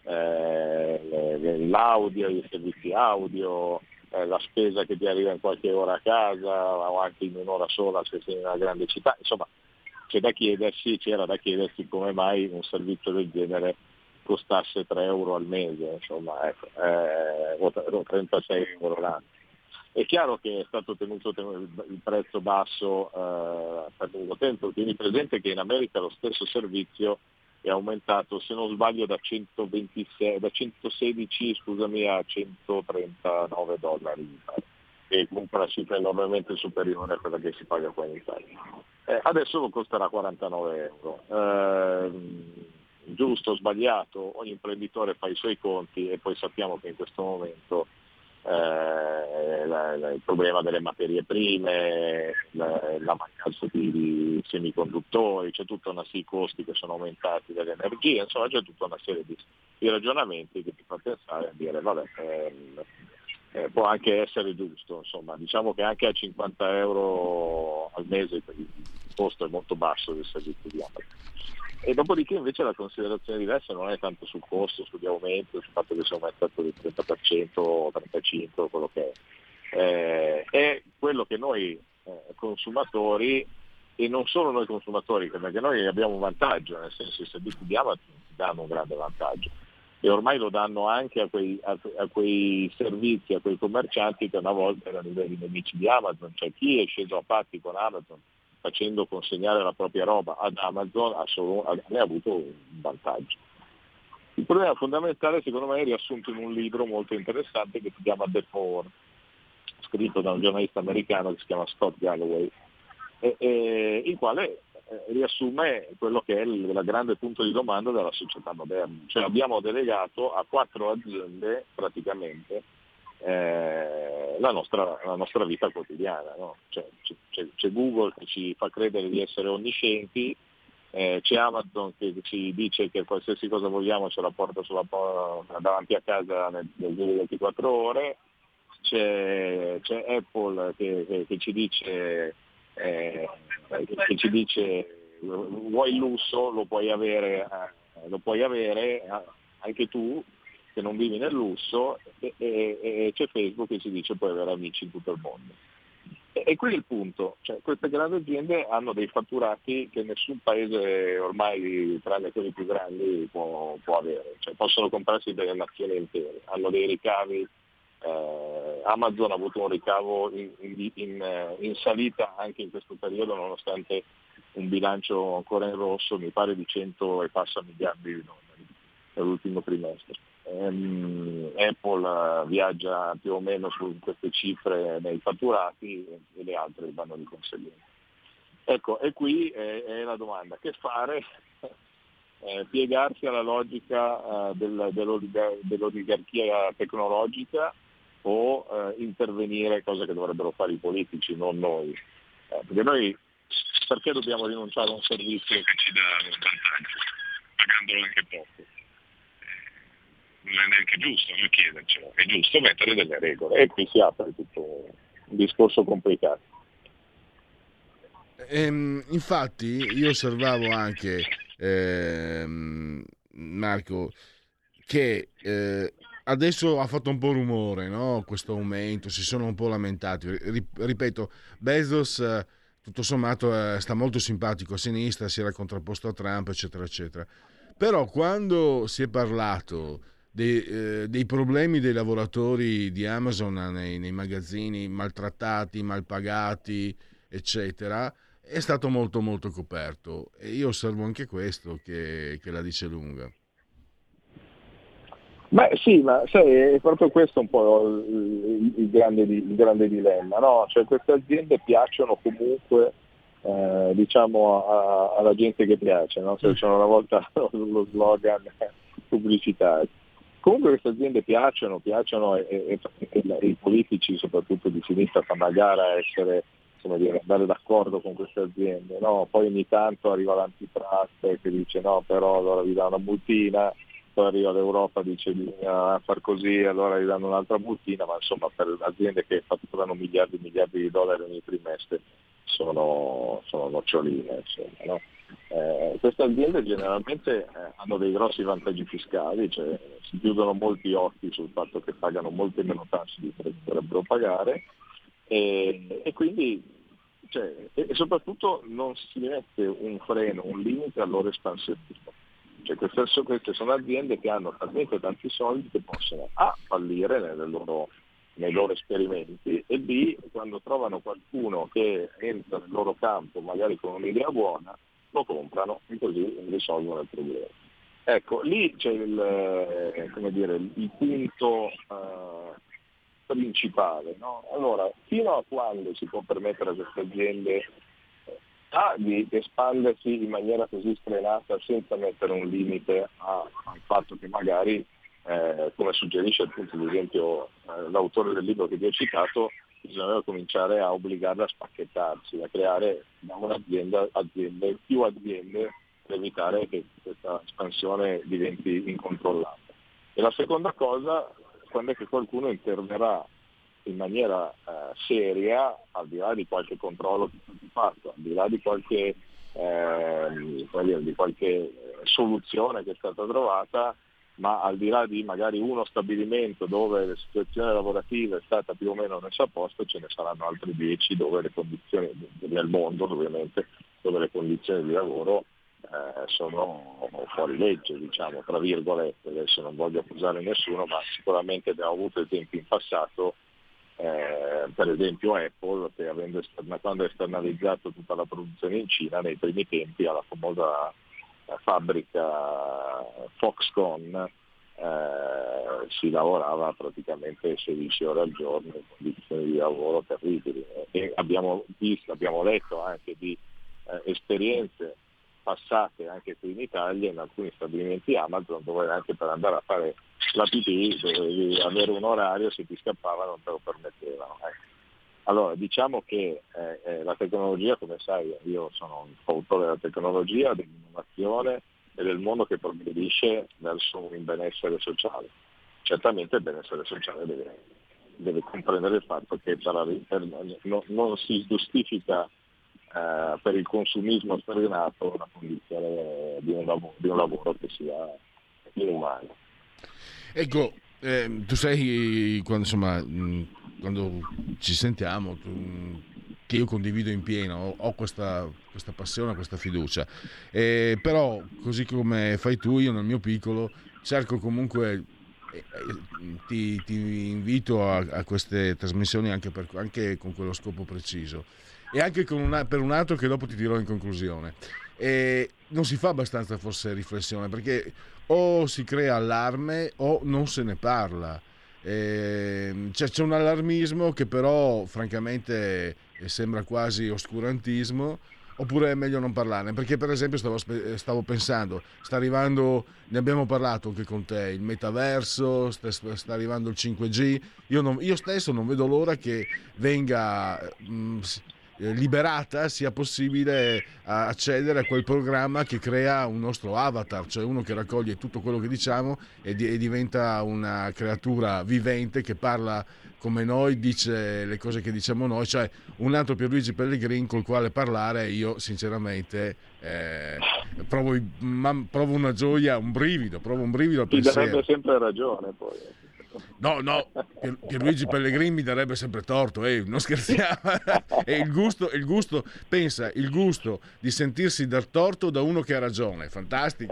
eh, l'audio, i servizi audio, eh, la spesa che ti arriva in qualche ora a casa o anche in un'ora sola se sei in una grande città. Insomma, c'è da chiedersi, c'era da chiedersi come mai un servizio del genere costasse tre euro al mese, insomma, ecco, eh, o trentasei euro l'anno. È chiaro che è stato tenuto il prezzo basso eh, per lungo tempo. Tieni presente che in America lo stesso servizio è aumentato, se non sbaglio, da centoventisei, da centosedici scusami, a centotrentanove dollari, e comunque una cifra enormemente superiore a quella che si paga qua in Italia. Eh, adesso costerà quarantanove euro. Eh, giusto o sbagliato, ogni imprenditore fa i suoi conti, e poi sappiamo che in questo momento Eh, la, la, il problema delle materie prime, la, la mancanza di, di semiconduttori, c'è tutta una serie di costi che sono aumentati dall'energia, insomma c'è tutta una serie di, di ragionamenti che ti fa pensare a dire vabbè, ehm, eh, può anche essere giusto, insomma, diciamo che anche a cinquanta euro al mese il costo è molto basso del servizio di Amazon. E dopodiché invece la considerazione diversa non è tanto sul costo, sugli aumenti, sul fatto che sia aumentato del trenta per cento o trentacinque per cento, quello che è. Eh, è quello che noi eh, consumatori, e non solo noi consumatori, perché noi abbiamo un vantaggio, nel senso i servizi di Amazon danno un grande vantaggio, e ormai lo danno anche a quei, a, a quei servizi, a quei commercianti che una volta erano i veri nemici di Amazon, cioè chi è sceso a patti con Amazon facendo consegnare la propria roba ad Amazon ha, solo, ha avuto un vantaggio. Il problema fondamentale secondo me è riassunto in un libro molto interessante che si chiama The Four, scritto da un giornalista americano che si chiama Scott Galloway, e, e, il quale eh, riassume quello che è il, il grande punto di domanda della società moderna. Cioè abbiamo delegato a quattro aziende praticamente eh, la, nostra, la nostra vita quotidiana, no? Cioè, c'è, c'è Google che ci fa credere di essere onniscienti, eh, c'è Amazon che ci dice che qualsiasi cosa vogliamo ce la porta sulla, davanti a casa nel, nel giro di ventiquattro ore, c'è, c'è Apple che, che, che ci dice eh, che ci dice vuoi il lusso, lo puoi avere, eh, lo puoi avere eh, anche tu che non vivi nel lusso, e, e, e c'è Facebook che ci dice puoi avere amici in tutto il mondo. E, e qui è il punto, cioè, queste grandi aziende hanno dei fatturati che nessun paese ormai, tranne quelli più grandi, può, può avere, cioè, possono comprarsi delle nazioni intere, hanno dei ricavi. Eh, Amazon ha avuto un ricavo in, in, in, in salita anche in questo periodo, nonostante un bilancio ancora in rosso, mi pare di cento e passa miliardi di dollari nell'ultimo trimestre. Um, Apple uh, viaggia più o meno su queste cifre nei fatturati e le altre vanno di conseguenza. Ecco, e qui è, è la domanda: che fare? eh, piegarsi alla logica uh, del, dell'oligar- dell'oligarchia tecnologica o uh, intervenire, cosa che dovrebbero fare i politici, non noi. Eh, perché noi perché dobbiamo rinunciare a un servizio che ci dà un vantaggio, pagandolo anche poco? Non è neanche giusto non chiedercelo, è giusto mettere delle regole, e qui si apre tutto un discorso complicato. Ehm, infatti io osservavo anche, ehm, Marco, che eh, adesso ha fatto un po' rumore, no? Questo aumento, si sono un po' lamentati. Ri- ripeto, Bezos eh, tutto sommato eh, sta molto simpatico a sinistra, si era contrapposto a Trump, eccetera, eccetera. Però quando si è parlato dei, eh, dei problemi dei lavoratori di Amazon nei, nei magazzini, maltrattati, malpagati, eccetera, è stato molto molto coperto, e io osservo anche questo che, che la dice lunga. Beh sì, ma sai, è proprio questo un po' il, il, grande, il grande dilemma, no? Cioè queste aziende piacciono comunque eh, diciamo a, alla gente che piace, no? Cioè, c'è una volta lo slogan pubblicitario. Comunque queste aziende piacciono, piacciono e, e, e, e i politici soprattutto di sinistra fanno a gara a essere, come dire, andare d'accordo con queste aziende, no? Poi ogni tanto arriva l'antitrust che dice no, però allora vi dà una multina, poi arriva l'Europa dice bisogna far così, allora gli danno un'altra multina, ma insomma per aziende che fatturano miliardi e miliardi di dollari ogni trimestre sono, sono noccioline, insomma, no? Eh, queste aziende generalmente eh, hanno dei grossi vantaggi fiscali, cioè si chiudono molti occhi sul fatto che pagano molte meno tasse di quello che dovrebbero pagare, e, e quindi cioè, e, e soprattutto non si mette un freno, un limite al loro espansionismo. Cioè, queste, queste sono aziende che hanno talmente tanti soldi che possono A, fallire nelle loro, nei loro esperimenti, e B, quando trovano qualcuno che entra nel loro campo magari con un'idea buona, lo comprano e così risolvono il problema. Ecco, lì c'è il, eh, come dire, il punto eh, principale, no? Allora, fino a quando si può permettere a queste aziende A, di espandersi in maniera così sfrenata senza mettere un limite a, al fatto che magari, eh, come suggerisce appunto ad esempio eh, l'autore del libro che vi ho citato, bisogna cominciare a obbligarle a spacchettarsi, a creare da un'azienda aziende, più aziende, per evitare che questa espansione diventi incontrollata. E la seconda cosa, quando è che qualcuno interverrà in maniera eh, seria, al di là di qualche controllo che è stato fatto, al di là di qualche, eh, dire, di qualche soluzione che è stata trovata, ma al di là di magari uno stabilimento dove la situazione lavorativa è stata più o meno messa a posto, ce ne saranno altri dieci dove le condizioni, nel mondo ovviamente, dove le condizioni di lavoro eh, sono fuori legge, diciamo, tra virgolette. Adesso non voglio accusare nessuno, ma sicuramente abbiamo avuto esempi in passato. Eh, per esempio Apple, che avendo esterna, quando ha esternalizzato tutta la produzione in Cina, nei primi tempi alla famosa eh, fabbrica Foxconn eh, si lavorava praticamente sedici ore al giorno in condizioni di lavoro terribili, e abbiamo visto, abbiamo letto anche di eh, esperienze passate anche qui in Italia in alcuni stabilimenti Amazon, dove anche per andare a fare la pipì dovevi avere un orario, se ti scappava non te lo permettevano. Ecco. Allora, diciamo che eh, eh, la tecnologia, come sai, io sono un fautore della tecnologia, dell'innovazione e del mondo che progredisce verso un benessere sociale. Certamente il benessere sociale deve, deve comprendere il fatto che per, per, no, non si giustifica eh, per il consumismo sfrenato la condizione di un lavoro, di un lavoro che sia inumano. Ecco, eh, tu sai, quando, insomma, mh, quando ci sentiamo, tu, che io condivido in pieno, ho, ho questa, questa passione, questa fiducia, eh, però così come fai tu, io nel mio piccolo cerco comunque, eh, ti, ti invito a, a queste trasmissioni anche, per, anche con quello scopo preciso e anche con una, per un altro che dopo ti dirò in conclusione. E non si fa abbastanza forse riflessione, perché o si crea allarme o non se ne parla. Eh, cioè, c'è un allarmismo che però francamente sembra quasi oscurantismo, oppure è meglio non parlarne, perché per esempio stavo, stavo pensando, sta arrivando, ne abbiamo parlato anche con te, il metaverso, sta, sta arrivando il cinque G, io, non, io stesso non vedo l'ora che venga mh, liberata, sia possibile accedere a quel programma che crea un nostro avatar, cioè uno che raccoglie tutto quello che diciamo e, di, e diventa una creatura vivente che parla come noi, dice le cose che diciamo noi, cioè un altro Pierluigi Pellegrin col quale parlare. Io sinceramente eh, provo, ma, provo una gioia, un brivido, provo un brivido al pensiero. Ti darebbe sempre ragione poi. No, no, Pier, Pierluigi Pellegrin mi darebbe sempre torto, eh, non scherziamo. E il gusto, il gusto, pensa, il gusto di sentirsi dar torto da uno che ha ragione, fantastico.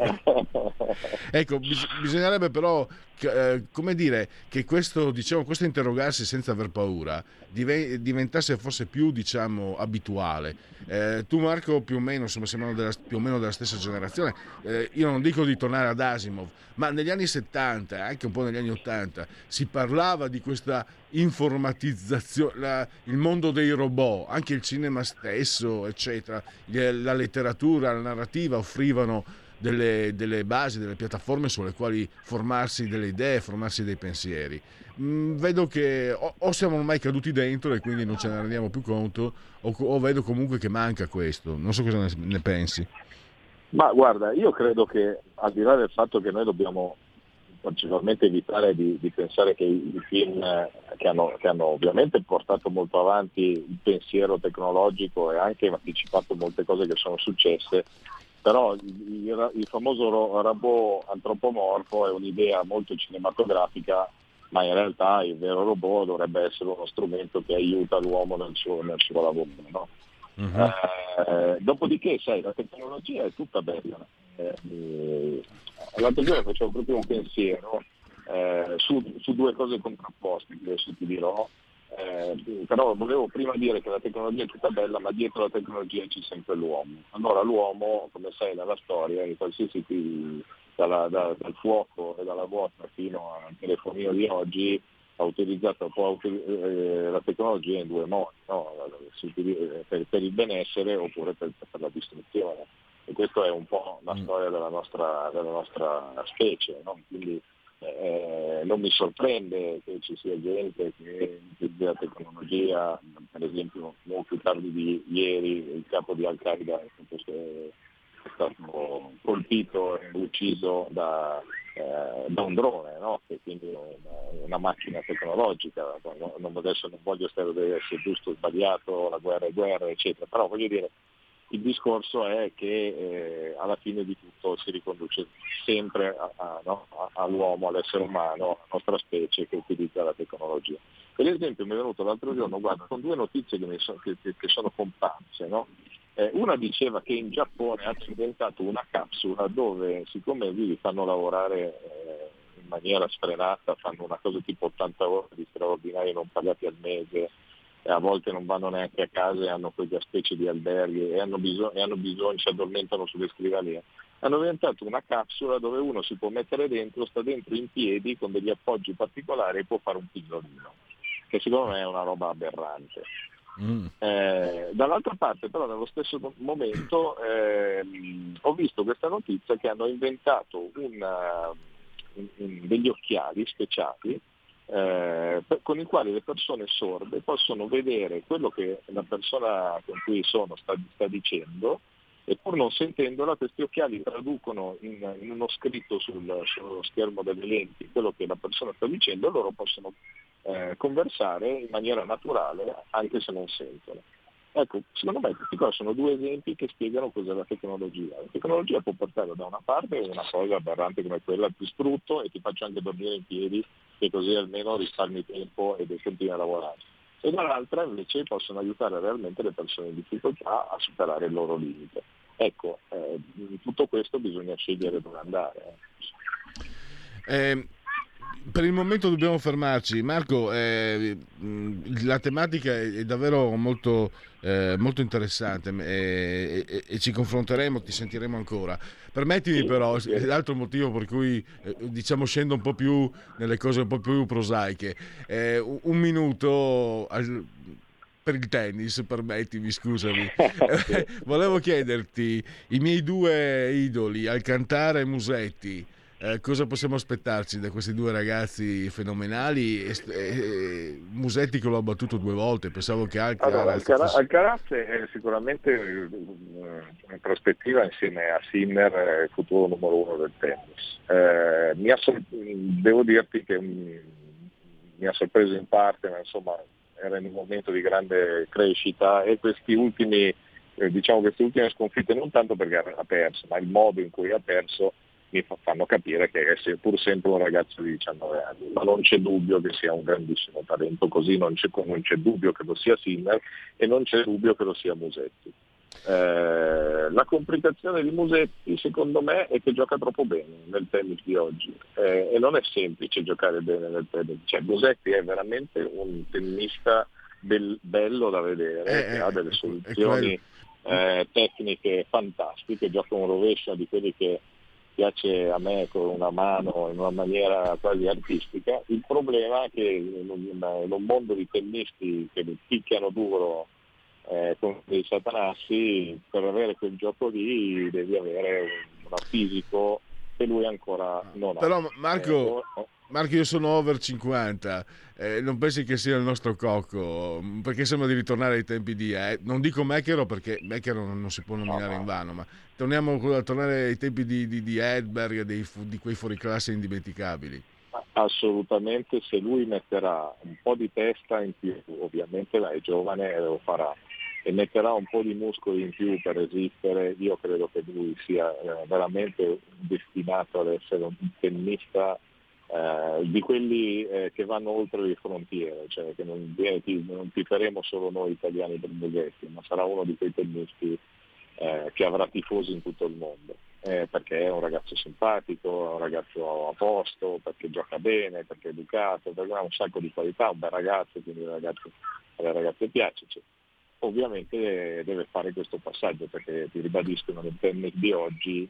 Ecco, bis- bisognerebbe però, eh, come dire, che questo, diciamo, questo interrogarsi senza aver paura div- diventasse forse più, diciamo, abituale. Eh, tu Marco più o meno, insomma, sembrano della, più o meno della stessa generazione. Eh, io non dico di tornare ad Asimov, ma negli anni settanta, anche un po' negli anni ottanta, si parlava di questa informatizzazione, la, il mondo dei robot, anche il cinema stesso, eccetera, la letteratura, la narrativa offrivano delle, delle basi, delle piattaforme sulle quali formarsi delle idee, formarsi dei pensieri. Mm, vedo che o, o siamo ormai caduti dentro e quindi non ce ne rendiamo più conto, o, o vedo comunque che manca questo. Non so cosa ne, ne pensi. Ma guarda, io credo che al di là del fatto che noi dobbiamo principalmente evitare di, di pensare che i, i film che hanno, che hanno ovviamente portato molto avanti il pensiero tecnologico e anche anticipato molte cose che sono successe, però il, il, il famoso robot antropomorfo è un'idea molto cinematografica, ma in realtà il vero robot dovrebbe essere uno strumento che aiuta l'uomo nel suo, nel suo lavoro, no? Uh-huh. Eh, dopodiché, sai, la tecnologia è tutta bella. Eh, l'altro giorno facevo proprio un pensiero eh, su, su due cose contrapposte che adesso ti dirò, eh, però volevo prima dire che la tecnologia è tutta bella, ma dietro la tecnologia c'è sempre l'uomo. Allora l'uomo, come sai nella storia, in qualsiasi dalla, da, dal fuoco e dalla vuota fino al telefonino di oggi, ha utilizzato eh, la tecnologia in due modi, no? per, per il benessere oppure per, per la distruzione, e questo è un po' la storia della nostra, della nostra specie, no? Quindi eh, non mi sorprende che ci sia gente che utilizza la tecnologia, per esempio non più tardi di ieri il capo di Al-Qaeda è stato colpito e ucciso da Eh, da un drone, no? Che quindi è una, una macchina tecnologica. No, non, adesso non voglio stare a vedere se è giusto o sbagliato, la guerra è guerra, eccetera, però voglio dire, il discorso è che eh, alla fine di tutto si riconduce sempre a, a, no? a, all'uomo, all'essere umano, alla nostra specie che utilizza la tecnologia. Per esempio mi è venuto l'altro giorno, guarda, con due notizie che, mi so, che, che, che sono comparse, no? Eh, una diceva che in Giappone hanno inventato una capsula dove, siccome lì li fanno lavorare eh, in maniera sfrenata, fanno una cosa tipo ottanta ore di straordinari non pagati al mese, e a volte non vanno neanche a casa e hanno quella specie di alberghi e hanno bisogno, e hanno bisogno, si addormentano sulle scrivanie. Hanno inventato una capsula dove uno si può mettere dentro, sta dentro in piedi con degli appoggi particolari e può fare un pisolino, che secondo me è una roba aberrante. Mm. Eh, dall'altra parte però nello stesso momento eh, ho visto questa notizia che hanno inventato una, degli occhiali speciali eh, per, con i quali le persone sorde possono vedere quello che la persona con cui sono sta, sta dicendo, e pur non sentendola questi occhiali traducono in, in uno scritto sul, sullo schermo delle lenti quello che la persona sta dicendo, e loro possono eh, conversare in maniera naturale anche se non sentono. Ecco, secondo me questi qua sono due esempi che spiegano cos'è la tecnologia. La tecnologia può portare da una parte una cosa aberrante come quella, ti sfrutto e ti faccio anche dormire in piedi, che così almeno risparmi tempo e continui a lavorare. E dall'altra invece possono aiutare realmente le persone in difficoltà a superare il loro limite. Ecco, eh, in tutto questo bisogna scegliere dove andare. Eh, per il momento dobbiamo fermarci. Marco, eh, la tematica è davvero molto, eh, molto interessante e, e, e ci confronteremo, ti sentiremo ancora. Permettimi sì, però, sì. L'altro motivo per cui eh, diciamo scendo un po' più nelle cose un po' più prosaiche, eh, un minuto al, per il tennis, permettimi, scusami. Volevo chiederti, i miei due idoli, Alcantara e Musetti, Eh, cosa possiamo aspettarci da questi due ragazzi fenomenali? E, e, Musetti che l'ho battuto due volte, pensavo che Alcaraz allora, Alcaraz, fosse... Alcaraz è sicuramente in prospettiva insieme a Sinner il futuro numero uno del tennis. Eh, mi ha, devo dirti che mi, mi ha sorpreso in parte, ma insomma era in un momento di grande crescita, e questi ultimi, eh, diciamo queste ultime sconfitte, non tanto perché ha perso, ma il modo in cui ha perso mi fanno capire che è pur sempre un ragazzo di diciannove anni, ma non c'è dubbio che sia un grandissimo talento, così non c'è, non c'è dubbio che lo sia Sinner e non c'è dubbio che lo sia Musetti. Eh, la complicazione di Musetti secondo me è che gioca troppo bene nel tennis di oggi, eh, e non è semplice giocare bene nel tennis, cioè, Musetti è veramente un tennista bel, bello da vedere, eh, che ha delle soluzioni eh, tecniche fantastiche, gioca un rovescio di quelli che piace a me con una mano in una maniera quasi artistica. Il problema è che in un, in un mondo di tennisti che picchiano duro eh, con dei satanassi, per avere quel gioco lì devi avere un, un fisico che lui ancora non ha. Però Marco, eh, Marco, io sono over cinquanta, eh, non pensi che sia il nostro cocco? Perché sembra di ritornare ai tempi di eh, non dico Mechero, perché Mechero non, non si può nominare no, in vano, ma torniamo a tornare ai tempi di, di, di Edberg, dei, di quei fuoriclasse indimenticabili. Assolutamente, se lui metterà un po' di testa in più, ovviamente è giovane e lo farà, e metterà un po' di muscoli in più per resistere, io credo che lui sia eh, veramente destinato ad essere un tennista eh, di quelli eh, che vanno oltre le frontiere, cioè che non, non tiferemo solo noi italiani per Musetti, ma sarà uno di quei tennisti eh, che avrà tifosi in tutto il mondo, eh, perché è un ragazzo simpatico, è un ragazzo a posto, perché gioca bene, perché è educato, perché ha un sacco di qualità, un bel ragazzo, quindi alle ragazze, alle ragazze piace. Cioè, ovviamente deve fare questo passaggio, perché ti ribadisco, nel tennis di oggi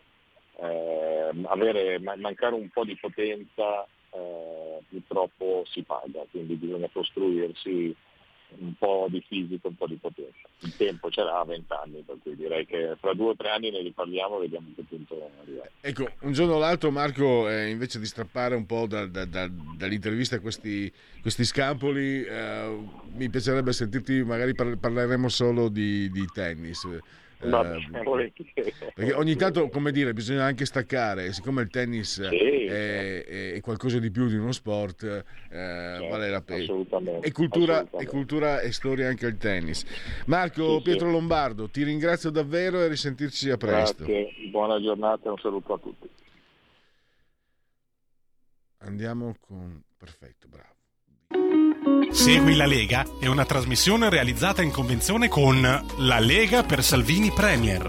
eh, avere, mancare un po' di potenza eh, purtroppo si paga, quindi bisogna costruirsi un po' di fisico, un po' di potenza. Il tempo ce l'ha, venti anni, per cui direi che fra due o tre anni ne riparliamo e vediamo che punto arrivare. Ecco, un giorno o l'altro, Marco, eh, invece di strappare un po' da, da, da, dall'intervista a questi, questi scampoli, eh, mi piacerebbe sentirti, magari par- parleremo solo di, di tennis. Eh, perché ogni tanto, come dire, bisogna anche staccare, siccome il tennis sì, è, è qualcosa di più di uno sport, eh, certo, vale la pena. Assolutamente, e cultura, assolutamente. E cultura e storia anche il tennis. Marco, sì, Pietro sì. Lombardo, ti ringrazio davvero e risentirci a presto. Grazie, buona giornata e un saluto a tutti. Andiamo con... perfetto, bravo. Segui la Lega è una trasmissione realizzata in convenzione con La Lega per Salvini Premier.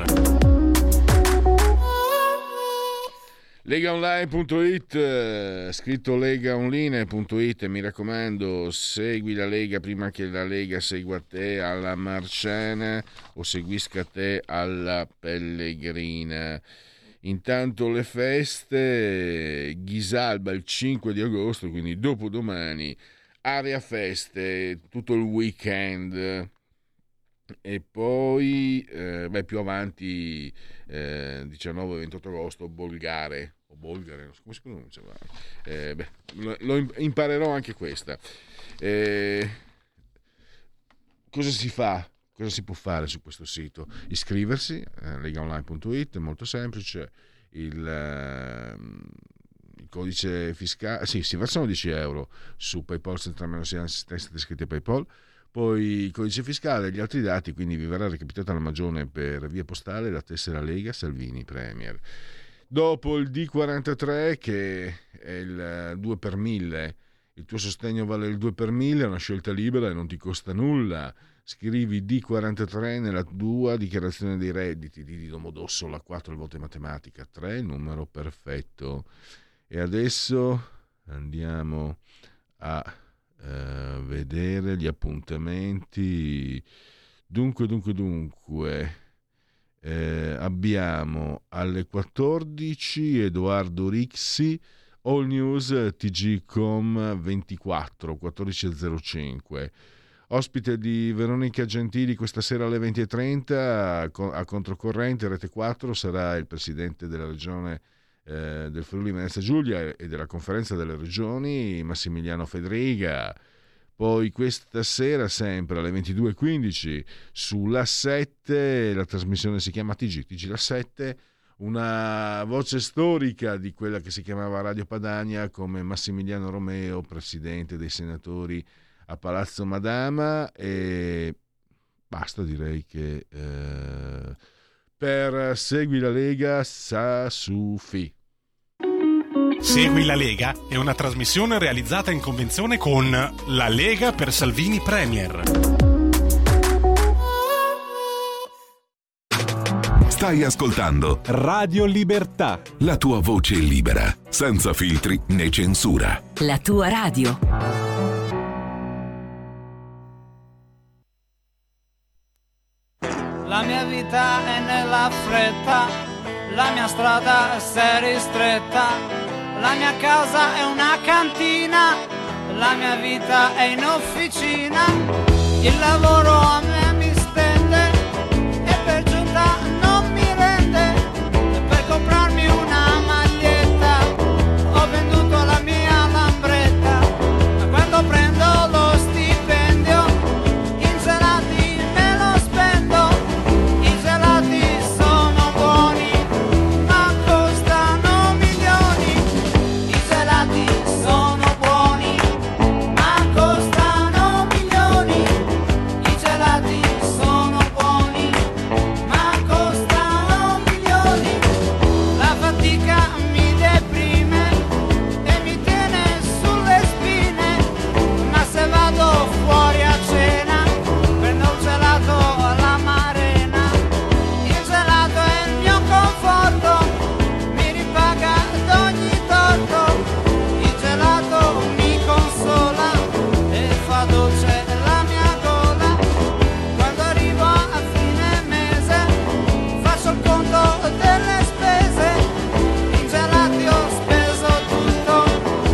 Legaonline punto it, scritto legaonline punto it, mi raccomando, segui la Lega prima che la Lega segua te alla Marciana o seguisca te alla Pellegrina. Intanto le feste, Ghisalba il cinque di agosto, quindi dopodomani, area feste tutto il weekend, e poi eh, beh, più avanti eh, diciannove ventotto agosto Bolgare o Bolgare, non so come si pronuncia, ma, eh, beh, lo, lo imparerò anche questa. Eh, cosa si fa? Cosa si può fare su questo sito? Iscriversi, eh, legaonline punto it, è molto semplice. Il, eh, il codice fiscale, sì, si versano dieci euro su PayPal senza almeno siano iscritti a PayPal. Poi il codice fiscale e gli altri dati, quindi vi verrà recapitata la magione per via postale la tessera Lega Salvini Premier. Dopo il D quarantatré, che è il due per mille, il tuo sostegno vale il due per mille, è una scelta libera e non ti costa nulla. Scrivi D quarantatré nella tua dichiarazione dei redditi, D di Domodossola, quattro il voto in matematica, tre il numero perfetto. E adesso andiamo a Uh, vedere gli appuntamenti. Dunque, dunque, dunque, eh, abbiamo alle quattordici Edoardo Rixi, All News T G Com ventiquattro, quattordici e zero cinque. Ospite di Veronica Gentili questa sera alle venti e trenta a Controcorrente Rete quattro sarà il presidente della regione Eh, del Friuli Venezia Giulia e della conferenza delle regioni Massimiliano Fedriga. Poi questa sera sempre alle ventidue e quindici sulla sette la trasmissione si chiama T G T G La sette, una voce storica di quella che si chiamava Radio Padania come Massimiliano Romeo, presidente dei senatori a Palazzo Madama. E basta, direi che eh, per Segui la Lega sa su Fi. Segui la Lega è una trasmissione realizzata in convenzione con La Lega per Salvini Premier. Stai ascoltando Radio Libertà, la tua voce libera, senza filtri né censura. La tua radio. La mia vita è nella fretta, la mia strada è ristretta, la mia casa è una cantina, la mia vita è in officina, il lavoro a me mi stende e per giunta non mi rende, e per comprarmi una maglietta ho venduto la mia lambretta, ma quando prendo lo stipendio in gelati me lo spendo, i gelati sono buoni ma costano milioni, i gelati sono buoni ma costano milioni, i gelati sono buoni ma costano milioni, la fatica mi deprime e mi tiene sulle spine, ma se vado fuori a cena prendo un gelato alla Marena, il gelato è il mio conforto, mi ripaga d'ogni torto, il gelato mi consola e fa dolce la mia gola, quando arrivo a fine mese faccio il conto delle spese, in gelati ho speso tutto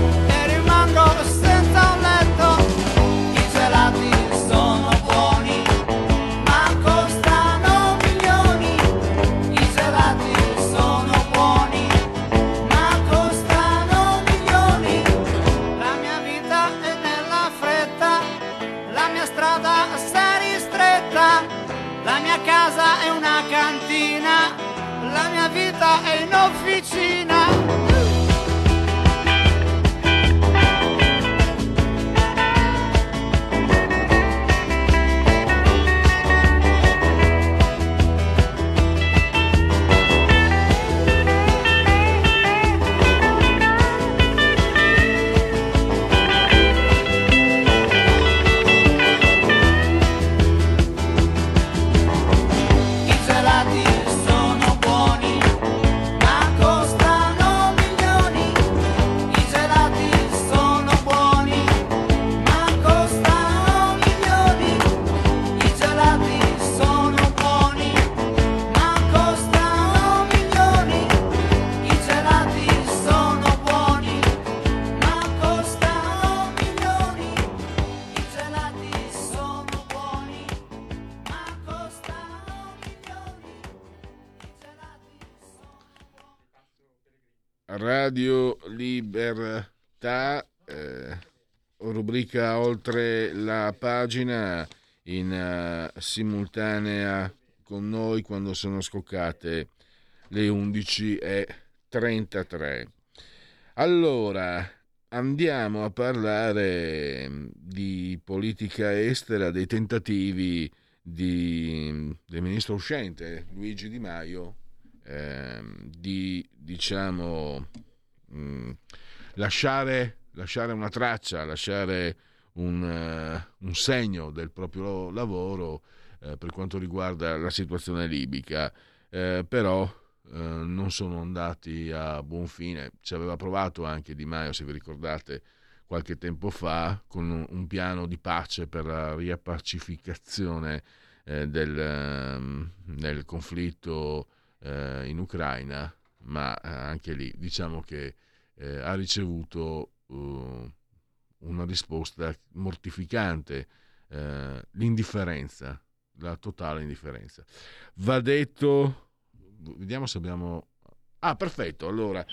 e rimango senza un letto, i gelati sono buoni ma costano milioni, i gelati sono buoni ma costano milioni, la mia vita è nella fretta, la mia strada è ristretta, la mia casa è una cantina, la mia vita è in officina. I gelati sono buoni ma costano Radio Libertà, eh, rubrica oltre la pagina in uh, simultanea con noi quando sono scoccate le undici e trentatré. Allora, andiamo a parlare di politica estera, dei tentativi di, del ministro uscente Luigi Di Maio eh, di, diciamo, mh, lasciare, lasciare una traccia, lasciare un, uh, un segno del proprio lavoro uh, per quanto riguarda la situazione libica, uh, però Uh, non sono andati a buon fine. Ci aveva provato anche Di Maio, se vi ricordate, qualche tempo fa, con un, un piano di pace per la riappacificazione eh, del, um, del conflitto eh, in Ucraina, ma eh, anche lì diciamo che eh, ha ricevuto uh, una risposta mortificante, eh, l'indifferenza, la totale indifferenza. Va detto. Vediamo se abbiamo... Ah, perfetto. Allora,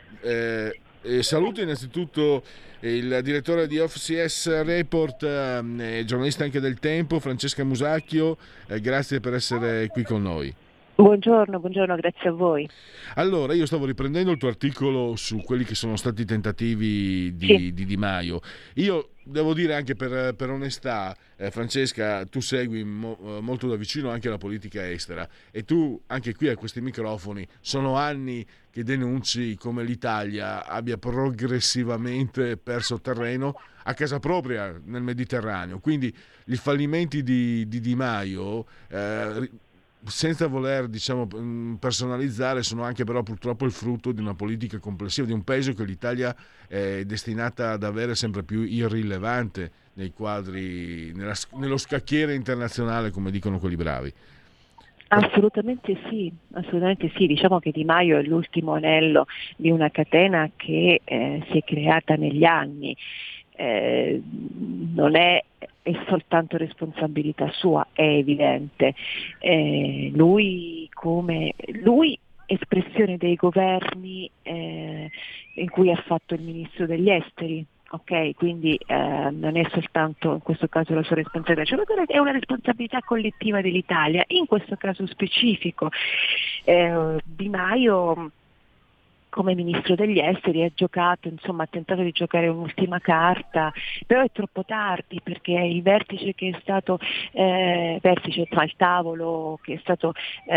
eh, eh, saluto innanzitutto il direttore di O F C S Report, eh, giornalista anche del Tempo, Francesca Musacchio. Eh, grazie per essere qui con noi. Buongiorno, buongiorno, grazie a voi. Allora, io stavo riprendendo il tuo articolo su quelli che sono stati i tentativi di Di, di Di Maio. Io devo dire anche per, per onestà, eh, Francesca, tu segui mo, molto da vicino anche la politica estera e tu anche qui a questi microfoni sono anni che denunci come l'Italia abbia progressivamente perso terreno a casa propria nel Mediterraneo. Quindi i fallimenti di Di, Di Maio... Eh, senza voler, diciamo, personalizzare, sono anche però purtroppo il frutto di una politica complessiva, di un peso che l'Italia è destinata ad avere sempre più irrilevante nei quadri, nella, nello scacchiere internazionale, come dicono quelli bravi. Assolutamente sì, assolutamente sì. Diciamo che Di Maio è l'ultimo anello di una catena che eh, si è creata negli anni. Eh, non è, è soltanto responsabilità sua, è evidente. Eh, lui come lui espressione dei governi eh, in cui ha fatto il ministro degli esteri, ok? Quindi eh, non è soltanto in questo caso la sua responsabilità, cioè è una responsabilità collettiva dell'Italia. In questo caso specifico eh, Di Maio come ministro degli esteri ha giocato, insomma ha tentato di giocare un'ultima carta, però è troppo tardi perché il vertice che è stato eh, vertice tra il tavolo che è stato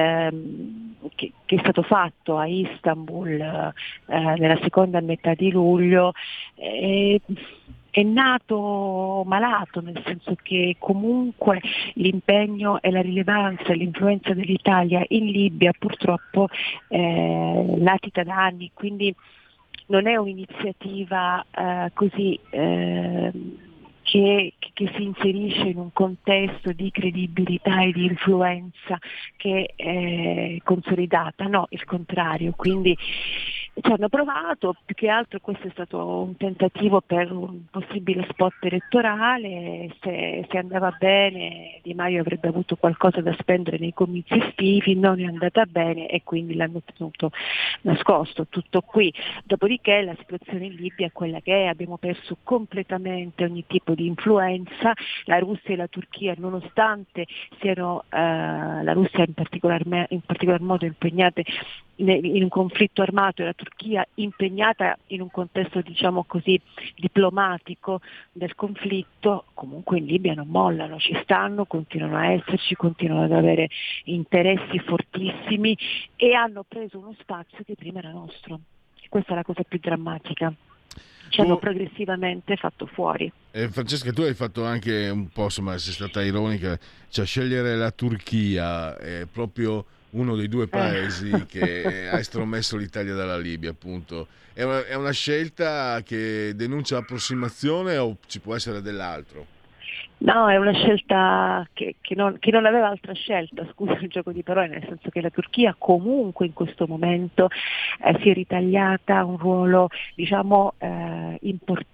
ehm, che, che è stato fatto a Istanbul eh, nella seconda metà di luglio eh, è nato malato, nel senso che comunque l'impegno e la rilevanza e l'influenza dell'Italia in Libia purtroppo eh, latita da anni, quindi non è un'iniziativa eh, così eh, che, che si inserisce in un contesto di credibilità e di influenza che è consolidata, no, il contrario. Quindi ci hanno provato, più che altro questo è stato un tentativo per un possibile spot elettorale, se, se andava bene Di Maio avrebbe avuto qualcosa da spendere nei comizi estivi, non è andata bene e quindi l'hanno tenuto nascosto, tutto qui. Dopodiché la situazione in Libia è quella che è, abbiamo perso completamente ogni tipo di influenza, la Russia e la Turchia nonostante siano eh, la Russia in particolar, in particolar modo impegnate in un conflitto armato e la Turchia impegnata in un contesto, diciamo così, diplomatico del conflitto, comunque in Libia non mollano, ci stanno, continuano a esserci, continuano ad avere interessi fortissimi e hanno preso uno spazio che prima era nostro. Questa è la cosa più drammatica. Ci hanno progressivamente fatto fuori. Eh, Francesca, tu hai fatto anche un po', insomma, sei stata ironica, cioè scegliere la Turchia è proprio uno dei due paesi eh. che ha estromesso l'Italia dalla Libia, appunto. È una, è una scelta che denuncia approssimazione o ci può essere dell'altro? No, è una scelta che, che, non, che non aveva altra scelta, scusa il gioco di parole, nel senso che la Turchia comunque in questo momento eh, si è ritagliata un ruolo, diciamo, eh,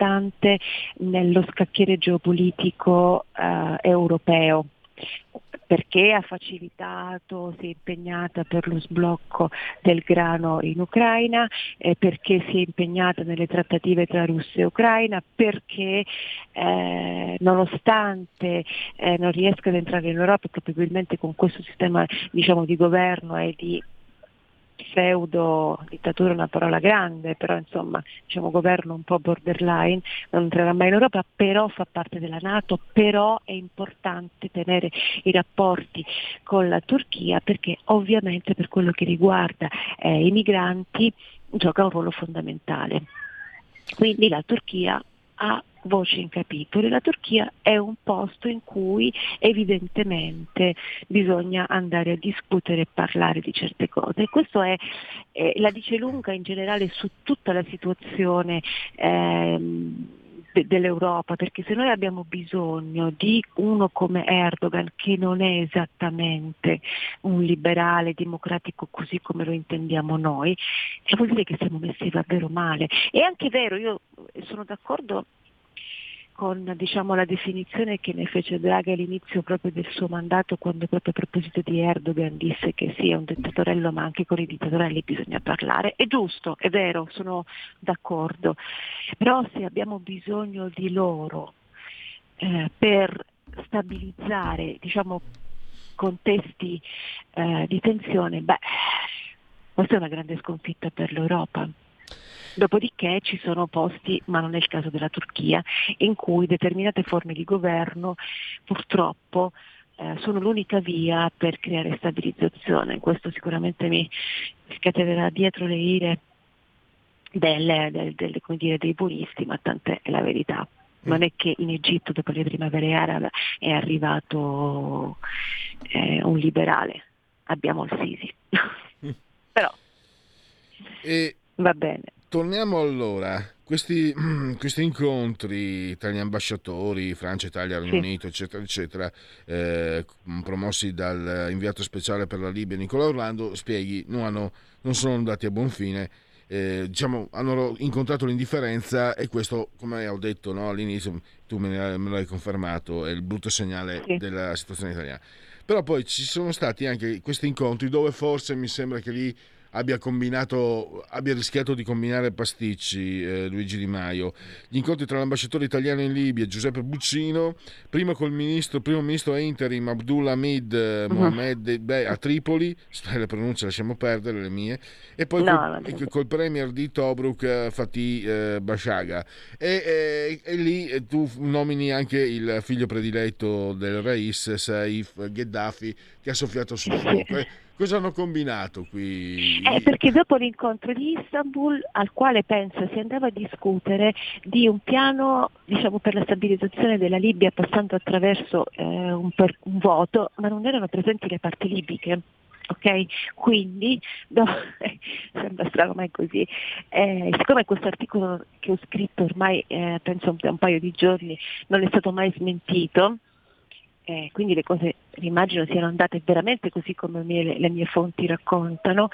importante nello scacchiere geopolitico eh, europeo. perché ha facilitato, si è impegnata per lo sblocco del grano in Ucraina, eh, perché si è impegnata nelle trattative tra Russia e Ucraina, perché eh, nonostante eh, non riesca ad entrare in Europa, probabilmente con questo sistema, diciamo, di governo e di pseudo dittatura è una parola grande, però insomma, diciamo, governo un po' borderline, non entrerà mai in Europa, però fa parte della NATO, però è importante tenere i rapporti con la Turchia, perché ovviamente per quello che riguarda eh, i migranti gioca un ruolo fondamentale. Quindi la Turchia ha voce in capitolo. La Turchia è un posto in cui evidentemente bisogna andare a discutere e parlare di certe cose, e questo è, eh, la dice lunga in generale su tutta la situazione ehm, de- dell'Europa, perché se noi abbiamo bisogno di uno come Erdogan, che non è esattamente un liberale democratico così come lo intendiamo noi, eh, vuol dire che siamo messi davvero male. È anche vero, io sono d'accordo con, diciamo, la definizione che ne fece Draghi all'inizio proprio del suo mandato, quando proprio a proposito di Erdogan disse che sì, è un dittatorello, ma anche con i dittatorelli bisogna parlare. È giusto, è vero, sono d'accordo, però se abbiamo bisogno di loro eh, per stabilizzare, diciamo, contesti eh, di tensione, beh, questa è una grande sconfitta per l'Europa. Dopodiché ci sono posti, ma non è il caso della Turchia, in cui determinate forme di governo purtroppo eh, sono l'unica via per creare stabilizzazione. Questo sicuramente mi scatenerà dietro le ire delle, delle, delle, come dire, dei buonisti, ma tant'è, è la verità. Non è che in Egitto dopo le primavere arabe è arrivato eh, un liberale, abbiamo il Sisi. Però e... va bene. Torniamo allora, questi, questi incontri tra gli ambasciatori, Francia, Italia, Regno sì. Unito, eccetera, eccetera, eh, promossi dal inviato speciale per la Libia Nicola Orlando, spieghi, non, hanno, non sono andati a buon fine, eh, diciamo, hanno incontrato l'indifferenza, e questo, come ho detto, no, all'inizio, tu me, ne, me l'hai confermato, è il brutto segnale sì. della situazione italiana. Però poi ci sono stati anche questi incontri dove forse mi sembra che lì abbia combinato, abbia rischiato di combinare pasticci eh, Luigi Di Maio. Gli incontri tra l'ambasciatore italiano in Libia Giuseppe Buccino, prima col ministro, primo ministro interim Abdullah Hamid eh, Mohamed beh, a Tripoli, le pronunce lasciamo perdere le mie, e poi no, col, no, col premier di Tobruk eh, Fatih eh, Bashaga, e, e, e lì eh, tu nomini anche il figlio prediletto del Rais, Saif Gheddafi, che ha soffiato sul fuoco. Eh, cosa hanno combinato qui? Eh, perché dopo l'incontro di Istanbul, al quale pensa si andava a discutere di un piano, diciamo, per la stabilizzazione della Libia, passando attraverso eh, un, per, un voto, ma non erano presenti le parti libiche. Ok, quindi no, sembra strano, ma è così. Eh, siccome questo articolo che ho scritto ormai eh, penso da un paio di giorni non è stato mai smentito, Eh, quindi le cose immagino siano andate veramente così come mie, le mie fonti raccontano,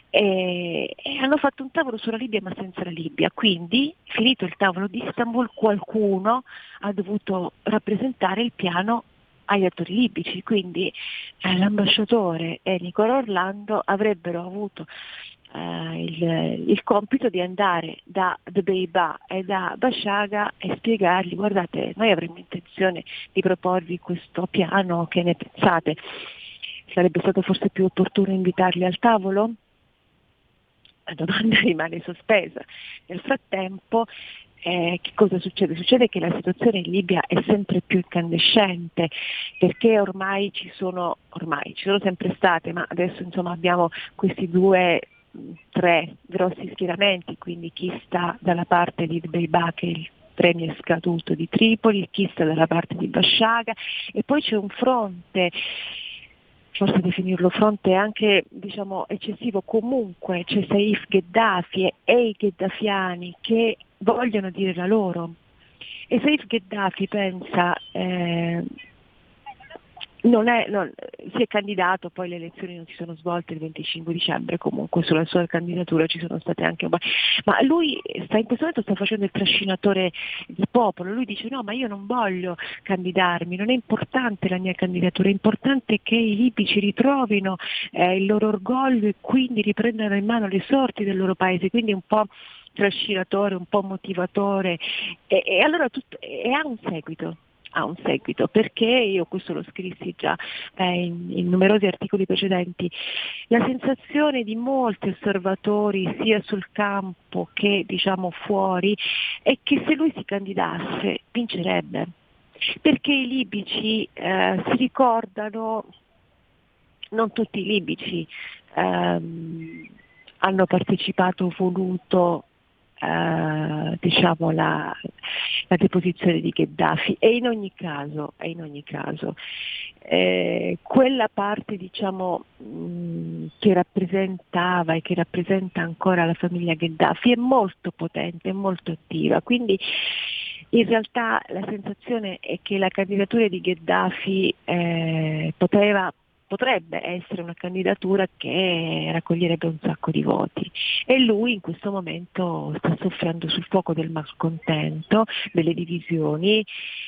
e, e hanno fatto un tavolo sulla Libia ma senza la Libia, quindi finito il tavolo di Istanbul qualcuno ha dovuto rappresentare il piano agli attori libici, quindi eh, l'ambasciatore e Nicola Orlando avrebbero avuto Uh, il, il compito di andare da Dbeibeh e da Bashaga e spiegargli: guardate, noi avremmo intenzione di proporvi questo piano, che ne pensate? Sarebbe stato forse più opportuno invitarli al tavolo? La domanda rimane sospesa. Nel frattempo Eh, che cosa succede? Succede che la situazione in Libia è sempre più incandescente, perché ormai ci sono, ormai ci sono sempre state, ma adesso insomma abbiamo questi due, tre grossi schieramenti, quindi chi sta dalla parte di Dbeibeh, che è il premier scaduto di Tripoli, chi sta dalla parte di Bashaga, e poi c'è un fronte, forse definirlo fronte anche, diciamo, eccessivo, comunque c'è Saif Gheddafi e i gheddafiani che vogliono dire la loro, e Saif Gheddafi pensa eh, Non è, non, si è candidato, poi le elezioni non si sono svolte il venticinque dicembre, comunque sulla sua candidatura ci sono state anche, ma lui sta, in questo momento sta facendo il trascinatore di popolo, lui dice no, ma io non voglio candidarmi, non è importante la mia candidatura, è importante che i libici ritrovino eh, il loro orgoglio e quindi riprendano in mano le sorti del loro paese, quindi un po' trascinatore, un po' motivatore, e, e allora tutto, e ha un seguito. ha un seguito, perché io questo lo scrissi già eh, in, in numerosi articoli precedenti, la sensazione di molti osservatori sia sul campo che diciamo fuori è che se lui si candidasse vincerebbe, perché i libici eh, si ricordano, non tutti i libici ehm, hanno partecipato o voluto Uh, diciamo la, la deposizione di Gheddafi, e in ogni caso, e in ogni caso eh, quella parte diciamo mh, che rappresentava e che rappresenta ancora la famiglia Gheddafi è molto potente, è molto attiva, quindi in realtà la sensazione è che la candidatura di Gheddafi eh, poteva potrebbe essere una candidatura che raccoglierebbe un sacco di voti, e lui in questo momento sta soffrendo sul fuoco del malcontento, delle divisioni,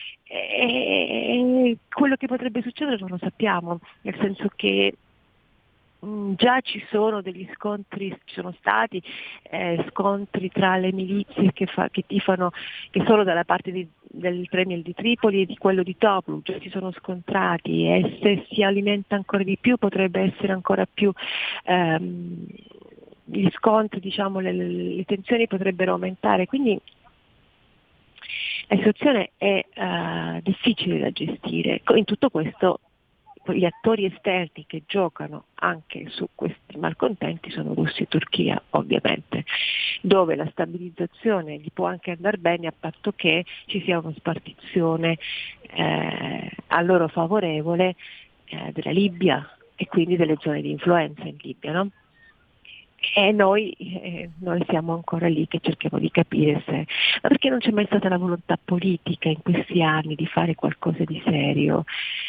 e quello che potrebbe succedere non lo sappiamo, nel senso che mh, già ci sono degli scontri, ci sono stati eh, scontri tra le milizie che, fa, che tifano, che sono dalla parte di del Premier di Tripoli e di quello di Tobruk, già si sono scontrati, e se si alimenta ancora di più potrebbe essere ancora più ehm, gli scontri, diciamo, le, le tensioni potrebbero aumentare, quindi la situazione è uh, difficile da gestire. In tutto questo gli attori esterni che giocano anche su questi malcontenti sono Russia e Turchia, ovviamente, dove la stabilizzazione gli può anche andare bene a patto che ci sia una spartizione eh, a loro favorevole eh, della Libia e quindi delle zone di influenza in Libia, no? E noi, eh, noi siamo ancora lì che cerchiamo di capire se, ma perché non c'è mai stata la volontà politica in questi anni di fare qualcosa di serio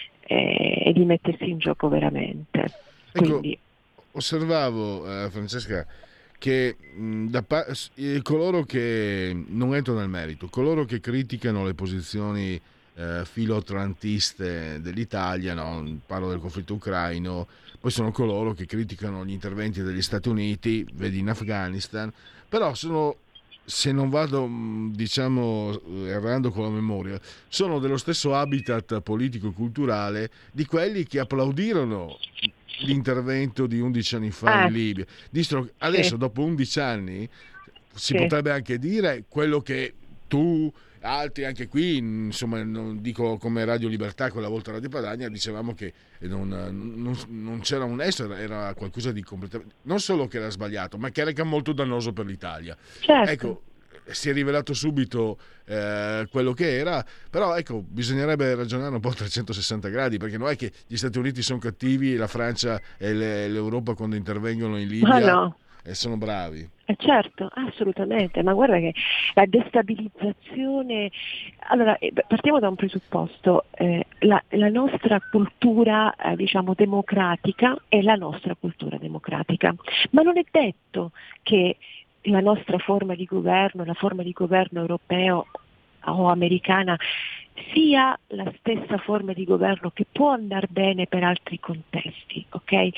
eh, e di mettersi in gioco veramente. Quindi... Ecco, osservavo eh, Francesca che mh, da pa- eh, coloro che non entro nel merito, coloro che criticano le posizioni eh, filoatlantiste dell'Italia, no? Parlo del conflitto ucraino, poi sono coloro che criticano gli interventi degli Stati Uniti, vedi in Afghanistan, però sono, se non vado diciamo errando con la memoria, sono dello stesso habitat politico-culturale di quelli che applaudirono l'intervento di undici anni fa ah, in Libia. Distro, adesso sì. dopo undici anni si sì. potrebbe anche dire quello che tu, altri anche qui, insomma, non dico come Radio Libertà, quella volta Radio Padania, dicevamo che non, non, non c'era un nesso, era qualcosa di completamente, non solo che era sbagliato, ma che era molto dannoso per l'Italia. Certo. Ecco, si è rivelato subito eh, quello che era, però ecco, bisognerebbe ragionare un po' a trecentosessanta gradi, perché non è che gli Stati Uniti sono cattivi e la Francia e le, l'Europa quando intervengono in Libia ma no. e sono bravi. Eh certo, assolutamente, ma guarda che la destabilizzazione, allora partiamo da un presupposto, eh, la, la nostra cultura eh, diciamo democratica è la nostra cultura democratica, ma non è detto che la nostra forma di governo, la forma di governo europeo o americana sia la stessa forma di governo che può andare bene per altri contesti, ok?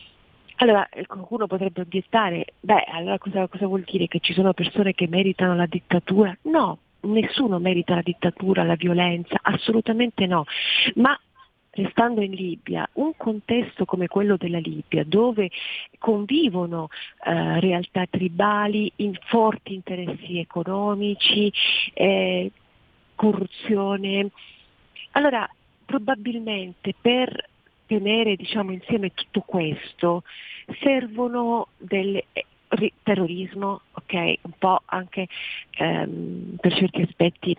Allora qualcuno potrebbe obiettare, beh, allora cosa, cosa vuol dire? Che ci sono persone che meritano la dittatura? No, nessuno merita la dittatura, la violenza, assolutamente no, ma restando in Libia, un contesto come quello della Libia, dove convivono eh, realtà tribali, in forti interessi economici, eh, corruzione, allora probabilmente per tenere diciamo insieme tutto questo servono del eh, terrorismo, ok, un po' anche ehm, per certi aspetti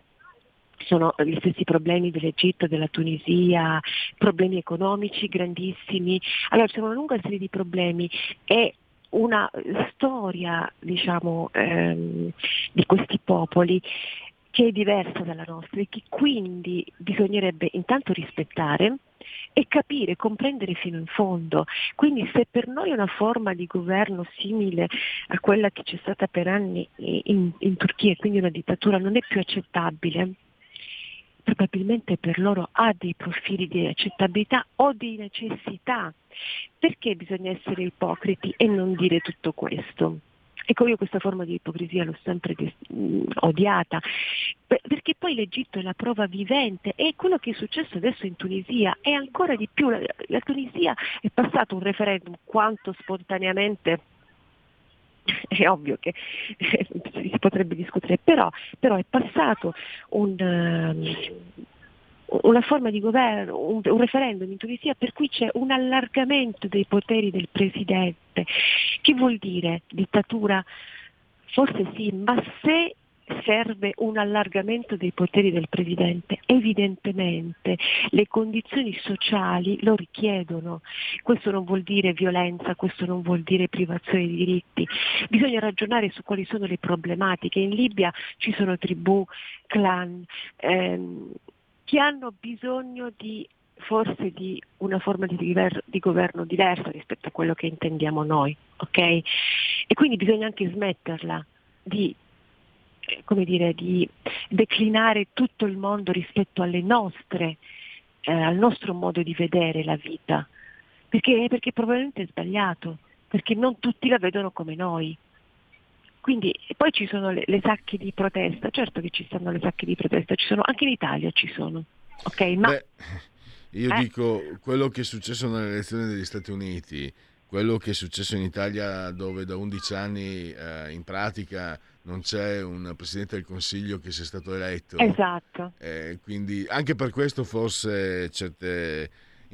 sono gli stessi problemi dell'Egitto, della Tunisia, problemi economici grandissimi, allora c'è una lunga serie di problemi e una storia diciamo ehm, di questi popoli che è diversa dalla nostra e che quindi bisognerebbe intanto rispettare e capire, comprendere fino in fondo. Quindi se per noi una forma di governo simile a quella che c'è stata per anni in, in Turchia, quindi una dittatura, non è più accettabile, probabilmente per loro ha dei profili di accettabilità o di necessità. Perché bisogna essere ipocriti e non dire tutto questo? Ecco, io questa forma di ipocrisia l'ho sempre des- mh, odiata, perché poi l'Egitto è la prova vivente e quello che è successo adesso in Tunisia è ancora di più. La, la Tunisia è passato un referendum quanto spontaneamente, è ovvio che eh, si potrebbe discutere, però, però è passato un... Um, una forma di governo, un, un referendum in Tunisia per cui c'è un allargamento dei poteri del presidente. Che vuol dire dittatura? Forse sì, ma se serve un allargamento dei poteri del presidente, evidentemente le condizioni sociali lo richiedono. Questo non vuol dire violenza, questo non vuol dire privazione di diritti. Bisogna ragionare su quali sono le problematiche. In Libia ci sono tribù, clan, ehm, che hanno bisogno di forse di una forma di, diver- di governo diversa rispetto a quello che intendiamo noi, ok? E quindi bisogna anche smetterla di, eh, come dire, di declinare tutto il mondo rispetto alle nostre, eh, al nostro modo di vedere la vita, perché, perché probabilmente è sbagliato, perché non tutti la vedono come noi. Quindi e poi ci sono le, le sacche di protesta, certo che ci stanno le sacche di protesta, ci sono anche in Italia, ci sono, ok? Ma Beh, io eh? dico quello che è successo nelle elezioni degli Stati Uniti, quello che è successo in Italia dove da undici anni eh, in pratica non c'è un Presidente del Consiglio che sia stato eletto. Esatto. Eh, quindi anche per questo forse certe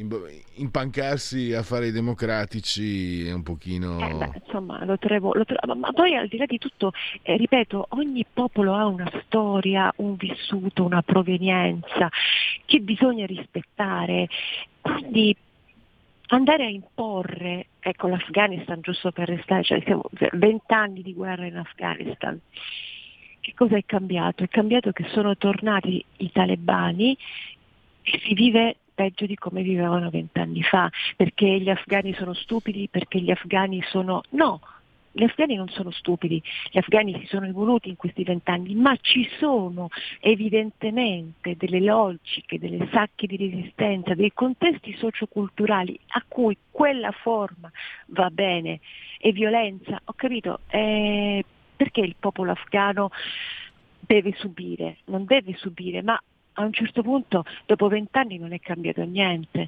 impancarsi a fare i democratici è un pochino Eh beh, insomma, lo trovo, lo trovo, ma poi al di là di tutto, eh, ripeto, ogni popolo ha una storia, un vissuto, una provenienza che bisogna rispettare, quindi andare a imporre, ecco l'Afghanistan, giusto per restare, cioè siamo vent'anni di guerra in Afghanistan. Che cosa è cambiato? È cambiato che sono tornati i talebani e si vive peggio di come vivevano vent'anni fa, perché gli afghani sono stupidi, perché gli afghani sono... No, gli afghani non sono stupidi, gli afghani si sono evoluti in questi vent'anni, ma ci sono evidentemente delle logiche, delle sacche di resistenza, dei contesti socioculturali a cui quella forma va bene e violenza, ho capito, eh, perché il popolo afghano deve subire? Non deve subire, ma a un certo punto, dopo vent'anni, non è cambiato niente.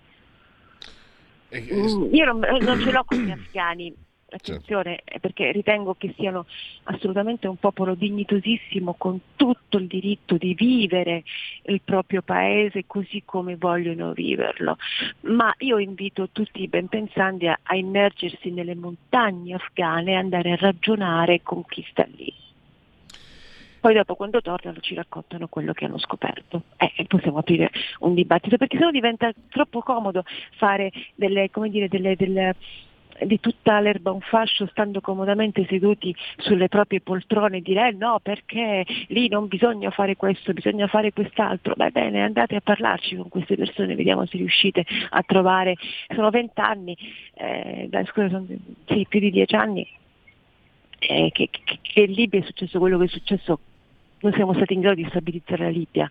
Mm, io non, non ce l'ho con gli afghani, attenzione, perché ritengo che siano assolutamente un popolo dignitosissimo, con tutto il diritto di vivere il proprio paese così come vogliono viverlo. Ma io invito tutti i benpensanti a, a immergersi nelle montagne afghane e andare a ragionare con chi sta lì. Poi dopo quando tornano ci raccontano quello che hanno scoperto eh, e possiamo aprire un dibattito, perché sennò diventa troppo comodo fare delle, come dire, delle, delle, di tutta l'erba un fascio stando comodamente seduti sulle proprie poltrone e dire eh, no, perché lì non bisogna fare questo, bisogna fare quest'altro. Beh, bene, andate a parlarci con queste persone, vediamo se riuscite a trovare, sono vent'anni, eh, dai, scusa, sono sì, più di dieci anni eh, che, che, che in Libia è successo quello che è successo. Non siamo stati in grado di stabilizzare la Libia.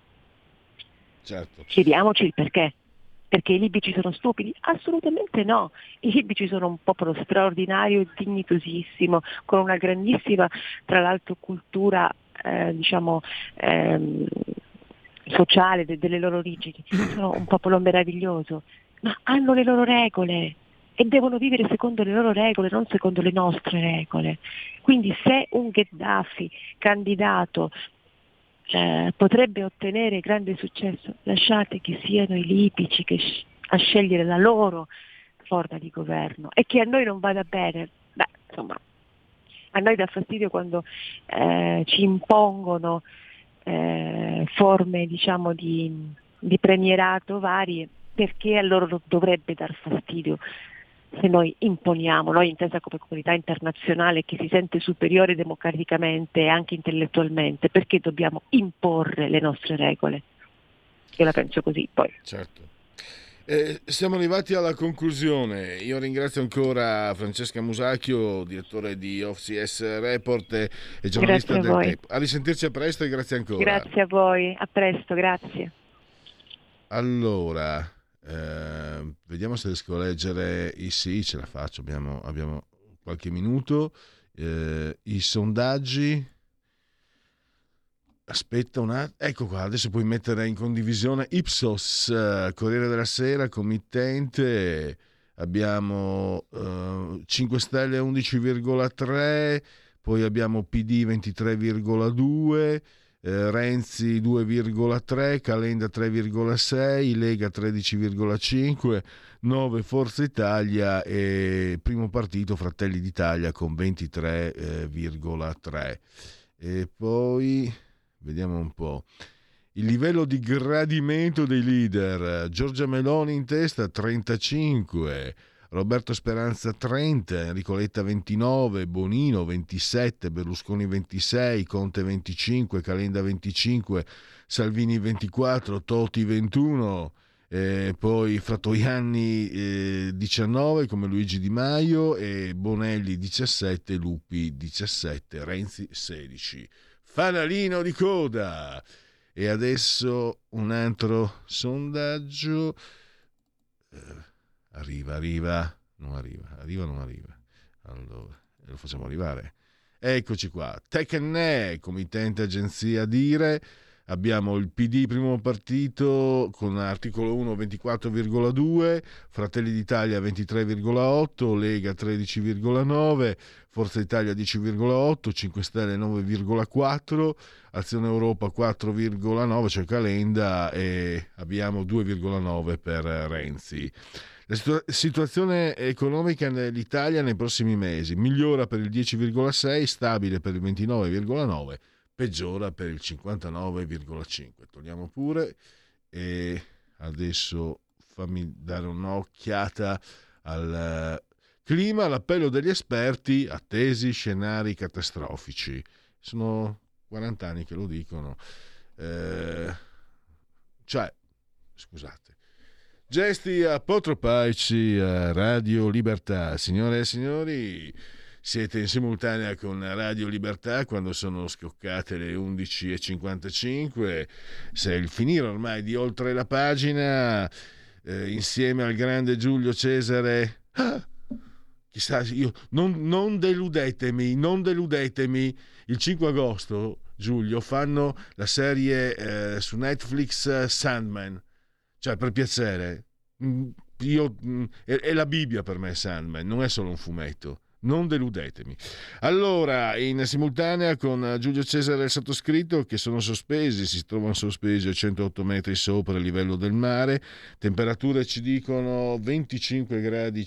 Certo. Chiediamoci il perché. Perché i libici sono stupidi? Assolutamente no. I libici sono un popolo straordinario e dignitosissimo, con una grandissima, tra l'altro, cultura, eh, diciamo, ehm, sociale de- delle loro origini. Sono un popolo meraviglioso, ma hanno le loro regole e devono vivere secondo le loro regole, non secondo le nostre regole. Quindi se un Gheddafi candidato eh, potrebbe ottenere grande successo, lasciate che siano i libici che, a scegliere la loro forma di governo, e che a noi non vada bene, beh, insomma, a noi dà fastidio quando eh, ci impongono eh, forme, diciamo, di, di premierato varie, perché a loro dovrebbe dar fastidio se noi imponiamo, noi intesa come comunità internazionale che si sente superiore democraticamente e anche intellettualmente, perché dobbiamo imporre le nostre regole. Io la penso così, poi. Certo. Eh, siamo arrivati alla conclusione. Io ringrazio ancora Francesca Musacchio, direttore di O C S Report e giornalista del Tempo. A risentirci a presto e grazie ancora. Grazie a voi, a presto, grazie. Allora, eh, vediamo se riesco a leggere. I sì, ce la faccio, abbiamo, abbiamo qualche minuto. Eh, I sondaggi. Aspetta un attimo, ecco qua, adesso puoi mettere in condivisione Ipsos, uh, Corriere della Sera, committente, abbiamo uh, cinque Stelle undici virgola tre, poi abbiamo P D ventitré virgola due, eh, Renzi due virgola tre, Calenda tre virgola sei, Lega tredici virgola cinque, nove Forza Italia e primo partito Fratelli d'Italia con ventitré virgola tre. E poi... vediamo un po'. Il livello di gradimento dei leader: Giorgia Meloni in testa trentacinque, Roberto Speranza trenta, Enrico Letta ventinove, Bonino ventisette, Berlusconi ventisei, Conte venticinque, Calenda venticinque, Salvini ventiquattro, Toti ventuno, eh, poi Fratoianni eh, diciannove come Luigi Di Maio e Bonelli diciassette, Lupi diciassette, Renzi sedici. Fanalino di coda. E adesso un altro sondaggio. Eh, arriva, arriva, non arriva, arriva, non arriva. Allora, lo facciamo arrivare. Eccoci qua. Tecne, committente agenzia Dire. Abbiamo il P D primo partito con articolo uno ventiquattro virgola due, Fratelli d'Italia ventitré virgola otto, Lega tredici virgola nove, Forza Italia dieci virgola otto, cinque Stelle nove virgola quattro, Azione Europa quattro virgola nove, cioè Calenda, e abbiamo due virgola nove per Renzi. La situa- situazione economica dell'Italia nei prossimi mesi: migliora per il dieci virgola sei, stabile per il ventinove virgola nove, peggiora per il cinquantanove virgola cinque. Togliamo pure e adesso fammi dare un'occhiata al clima. L'appello degli esperti: attesi scenari catastrofici. Sono quaranta anni che lo dicono. Eh, cioè, scusate. Gesti apotropaici a Radio Libertà. Signore e signori, siete in simultanea con Radio Libertà quando sono scoccate le undici e cinquantacinque. Se è il finire ormai di Oltre la Pagina, eh, insieme al grande Giulio Cesare. Ah, chissà, io non, non deludetemi, non deludetemi. Il cinque agosto, Giulio, fanno la serie eh, su Netflix Sandman. Cioè, per piacere, io, è, è la Bibbia per me Sandman, non è solo un fumetto. Non deludetemi. Allora, in simultanea con Giulio Cesare e il sottoscritto, che sono sospesi, si trovano sospesi a centootto metri sopra il livello del mare. Temperature ci dicono venticinque gradi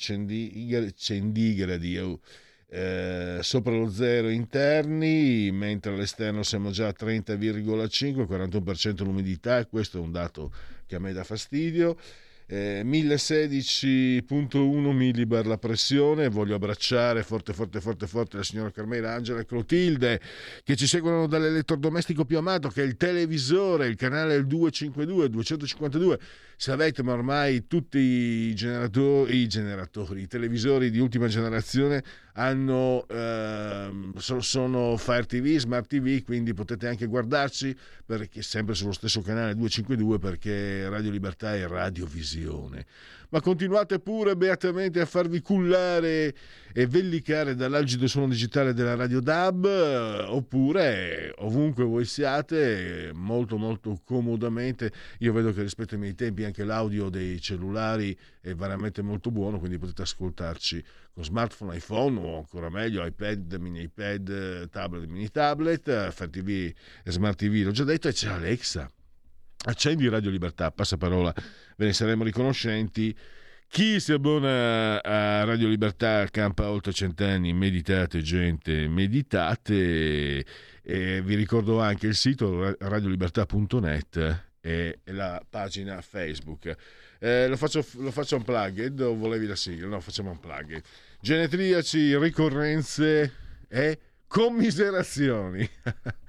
centigradi oh, eh, sopra lo zero interni, mentre all'esterno siamo già a trenta virgola cinque, quarantuno per cento l'umidità, e questo è un dato che a me dà fastidio. Eh, mille sedici virgola uno millibar la pressione. Voglio abbracciare forte forte forte forte la signora Carmela, Angela e Clotilde, che ci seguono dall'elettrodomestico più amato, che è il televisore, il canale il duecentocinquantadue duecentocinquantadue. Se avete, ma ormai tutti i generatori i generatori i televisori di ultima generazione hanno ehm, sono Fire T V, Smart T V, quindi potete anche guardarci, perché sempre sullo stesso canale duecentocinquantadue, perché Radio Libertà è radiovisione. Ma continuate pure beatamente a farvi cullare e vellicare dall'algido suono digitale della Radio D A B, oppure ovunque voi siate, molto molto comodamente. Io vedo che rispetto ai miei tempi anche l'audio dei cellulari è veramente molto buono, quindi potete ascoltarci con smartphone, iPhone, o ancora meglio iPad, mini iPad, tablet, mini tablet, Fire T V e Smart T V, l'ho già detto, e c'è Alexa. Accendi Radio Libertà, passaparola, ve ne saremo riconoscenti. Chi si abbona a Radio Libertà campa oltre cent'anni. Meditate, gente, meditate. E vi ricordo anche il sito radiolibertà punto net e la pagina Facebook. Eh, lo faccio, lo faccio unplugged, o volevi la sigla? No, facciamo unplugged. Genetriaci, ricorrenze e commiserazioni.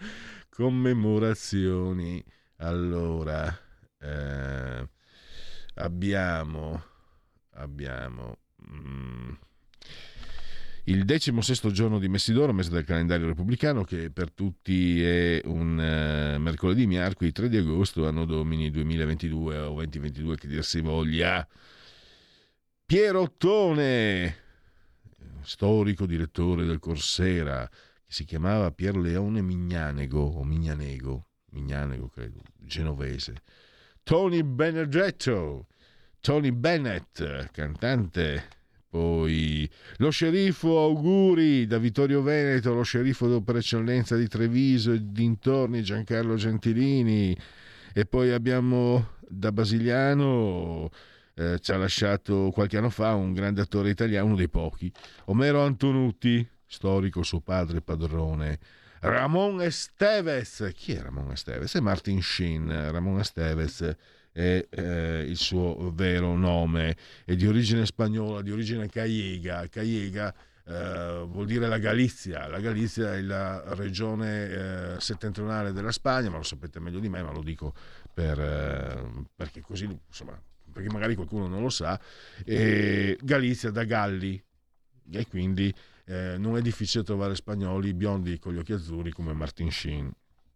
Commemorazioni. Allora, eh, abbiamo abbiamo mm, il decimo sesto giorno di Messidoro, mese del calendario repubblicano, che per tutti è un uh, mercoledì miarqui tre di agosto, anno domini duemilaventidue o duemilaventidue che dir si voglia. Piero Ottone, storico direttore del Corsera, che si chiamava Pierleone Mignanego o Mignanego, Mignanego credo, genovese. Tony Benedetto, Tony Bennett, cantante. Poi lo sceriffo Auguri da Vittorio Veneto, lo sceriffo per eccellenza di Treviso e dintorni, Giancarlo Gentilini. E poi abbiamo da Basiliano, eh, ci ha lasciato qualche anno fa un grande attore italiano, uno dei pochi, Omero Antonutti, storico, suo padre padrone. Ramon Esteves, chi è Ramon Esteves? È Martin Sheen. Ramon Esteves è eh, il suo vero nome, è di origine spagnola, di origine gallega. Gallega eh, vuol dire la Galizia. La Galizia è la regione eh, settentrionale della Spagna, ma lo sapete meglio di me, ma lo dico per, eh, perché così, insomma, perché magari qualcuno non lo sa. E Galizia da Galli, e quindi eh, non è difficile trovare spagnoli biondi con gli occhi azzurri come Martin Sheen.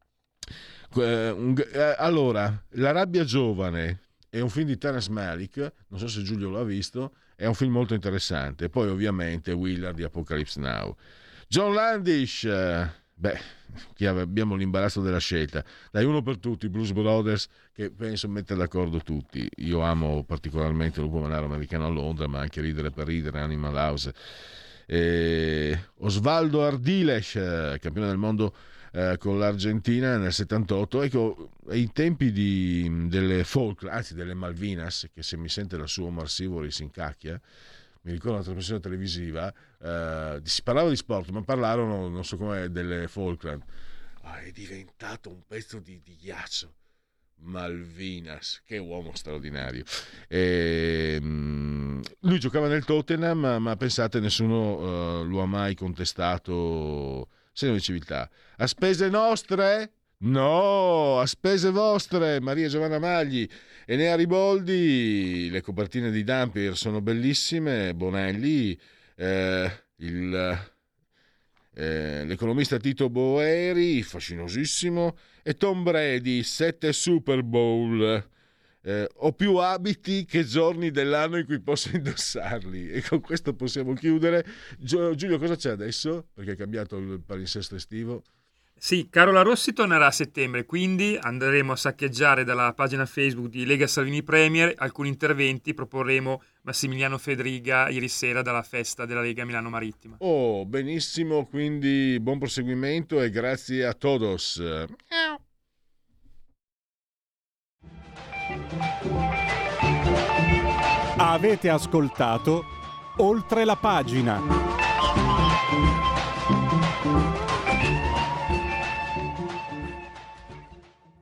Allora, La rabbia giovane è un film di Terrence Malick, non so se Giulio l'ha visto, è un film molto interessante. Poi ovviamente Willard di Apocalypse Now. John Landish, beh, abbiamo l'imbarazzo della scelta, dai, uno per tutti, Blues Brothers, che penso mette d'accordo tutti. Io amo particolarmente Lupo Manaro Americano a Londra, ma anche Ridere per ridere, Animal House. E Osvaldo Ardiles, campione del mondo Eh, con l'Argentina nel settantotto. Ecco, ai tempi di, delle Falkland, anzi delle Malvinas, che se mi sente la sua Omar Sivori si incacchia, mi ricordo una trasmissione televisiva, eh, si parlava di sport, ma parlarono, non so come, delle Falkland. Ah, è diventato un pezzo di, di ghiaccio. Malvinas, che uomo straordinario. E, mh, lui giocava nel Tottenham, ma, ma pensate, nessuno uh, lo ha mai contestato. Segno di civiltà. A spese nostre? No, a spese vostre. Maria Giovanna Magli e Nea Riboldi. Le copertine di Dampier sono bellissime. Bonelli, eh, il, eh, l'economista Tito Boeri, fascinosissimo, e Tom Brady, sette Super Bowl. Eh, ho più abiti che giorni dell'anno in cui posso indossarli, e con questo possiamo chiudere. Giulio, cosa c'è adesso? Perché è cambiato il palinsesto estivo. Sì, Carola Rossi tornerà a settembre, quindi andremo a saccheggiare dalla pagina Facebook di Lega Salvini Premier alcuni interventi. Proporremo Massimiliano Fedriga ieri sera dalla festa della Lega Milano Marittima. Oh, benissimo, quindi buon proseguimento e grazie a todos. Avete ascoltato Oltre la pagina.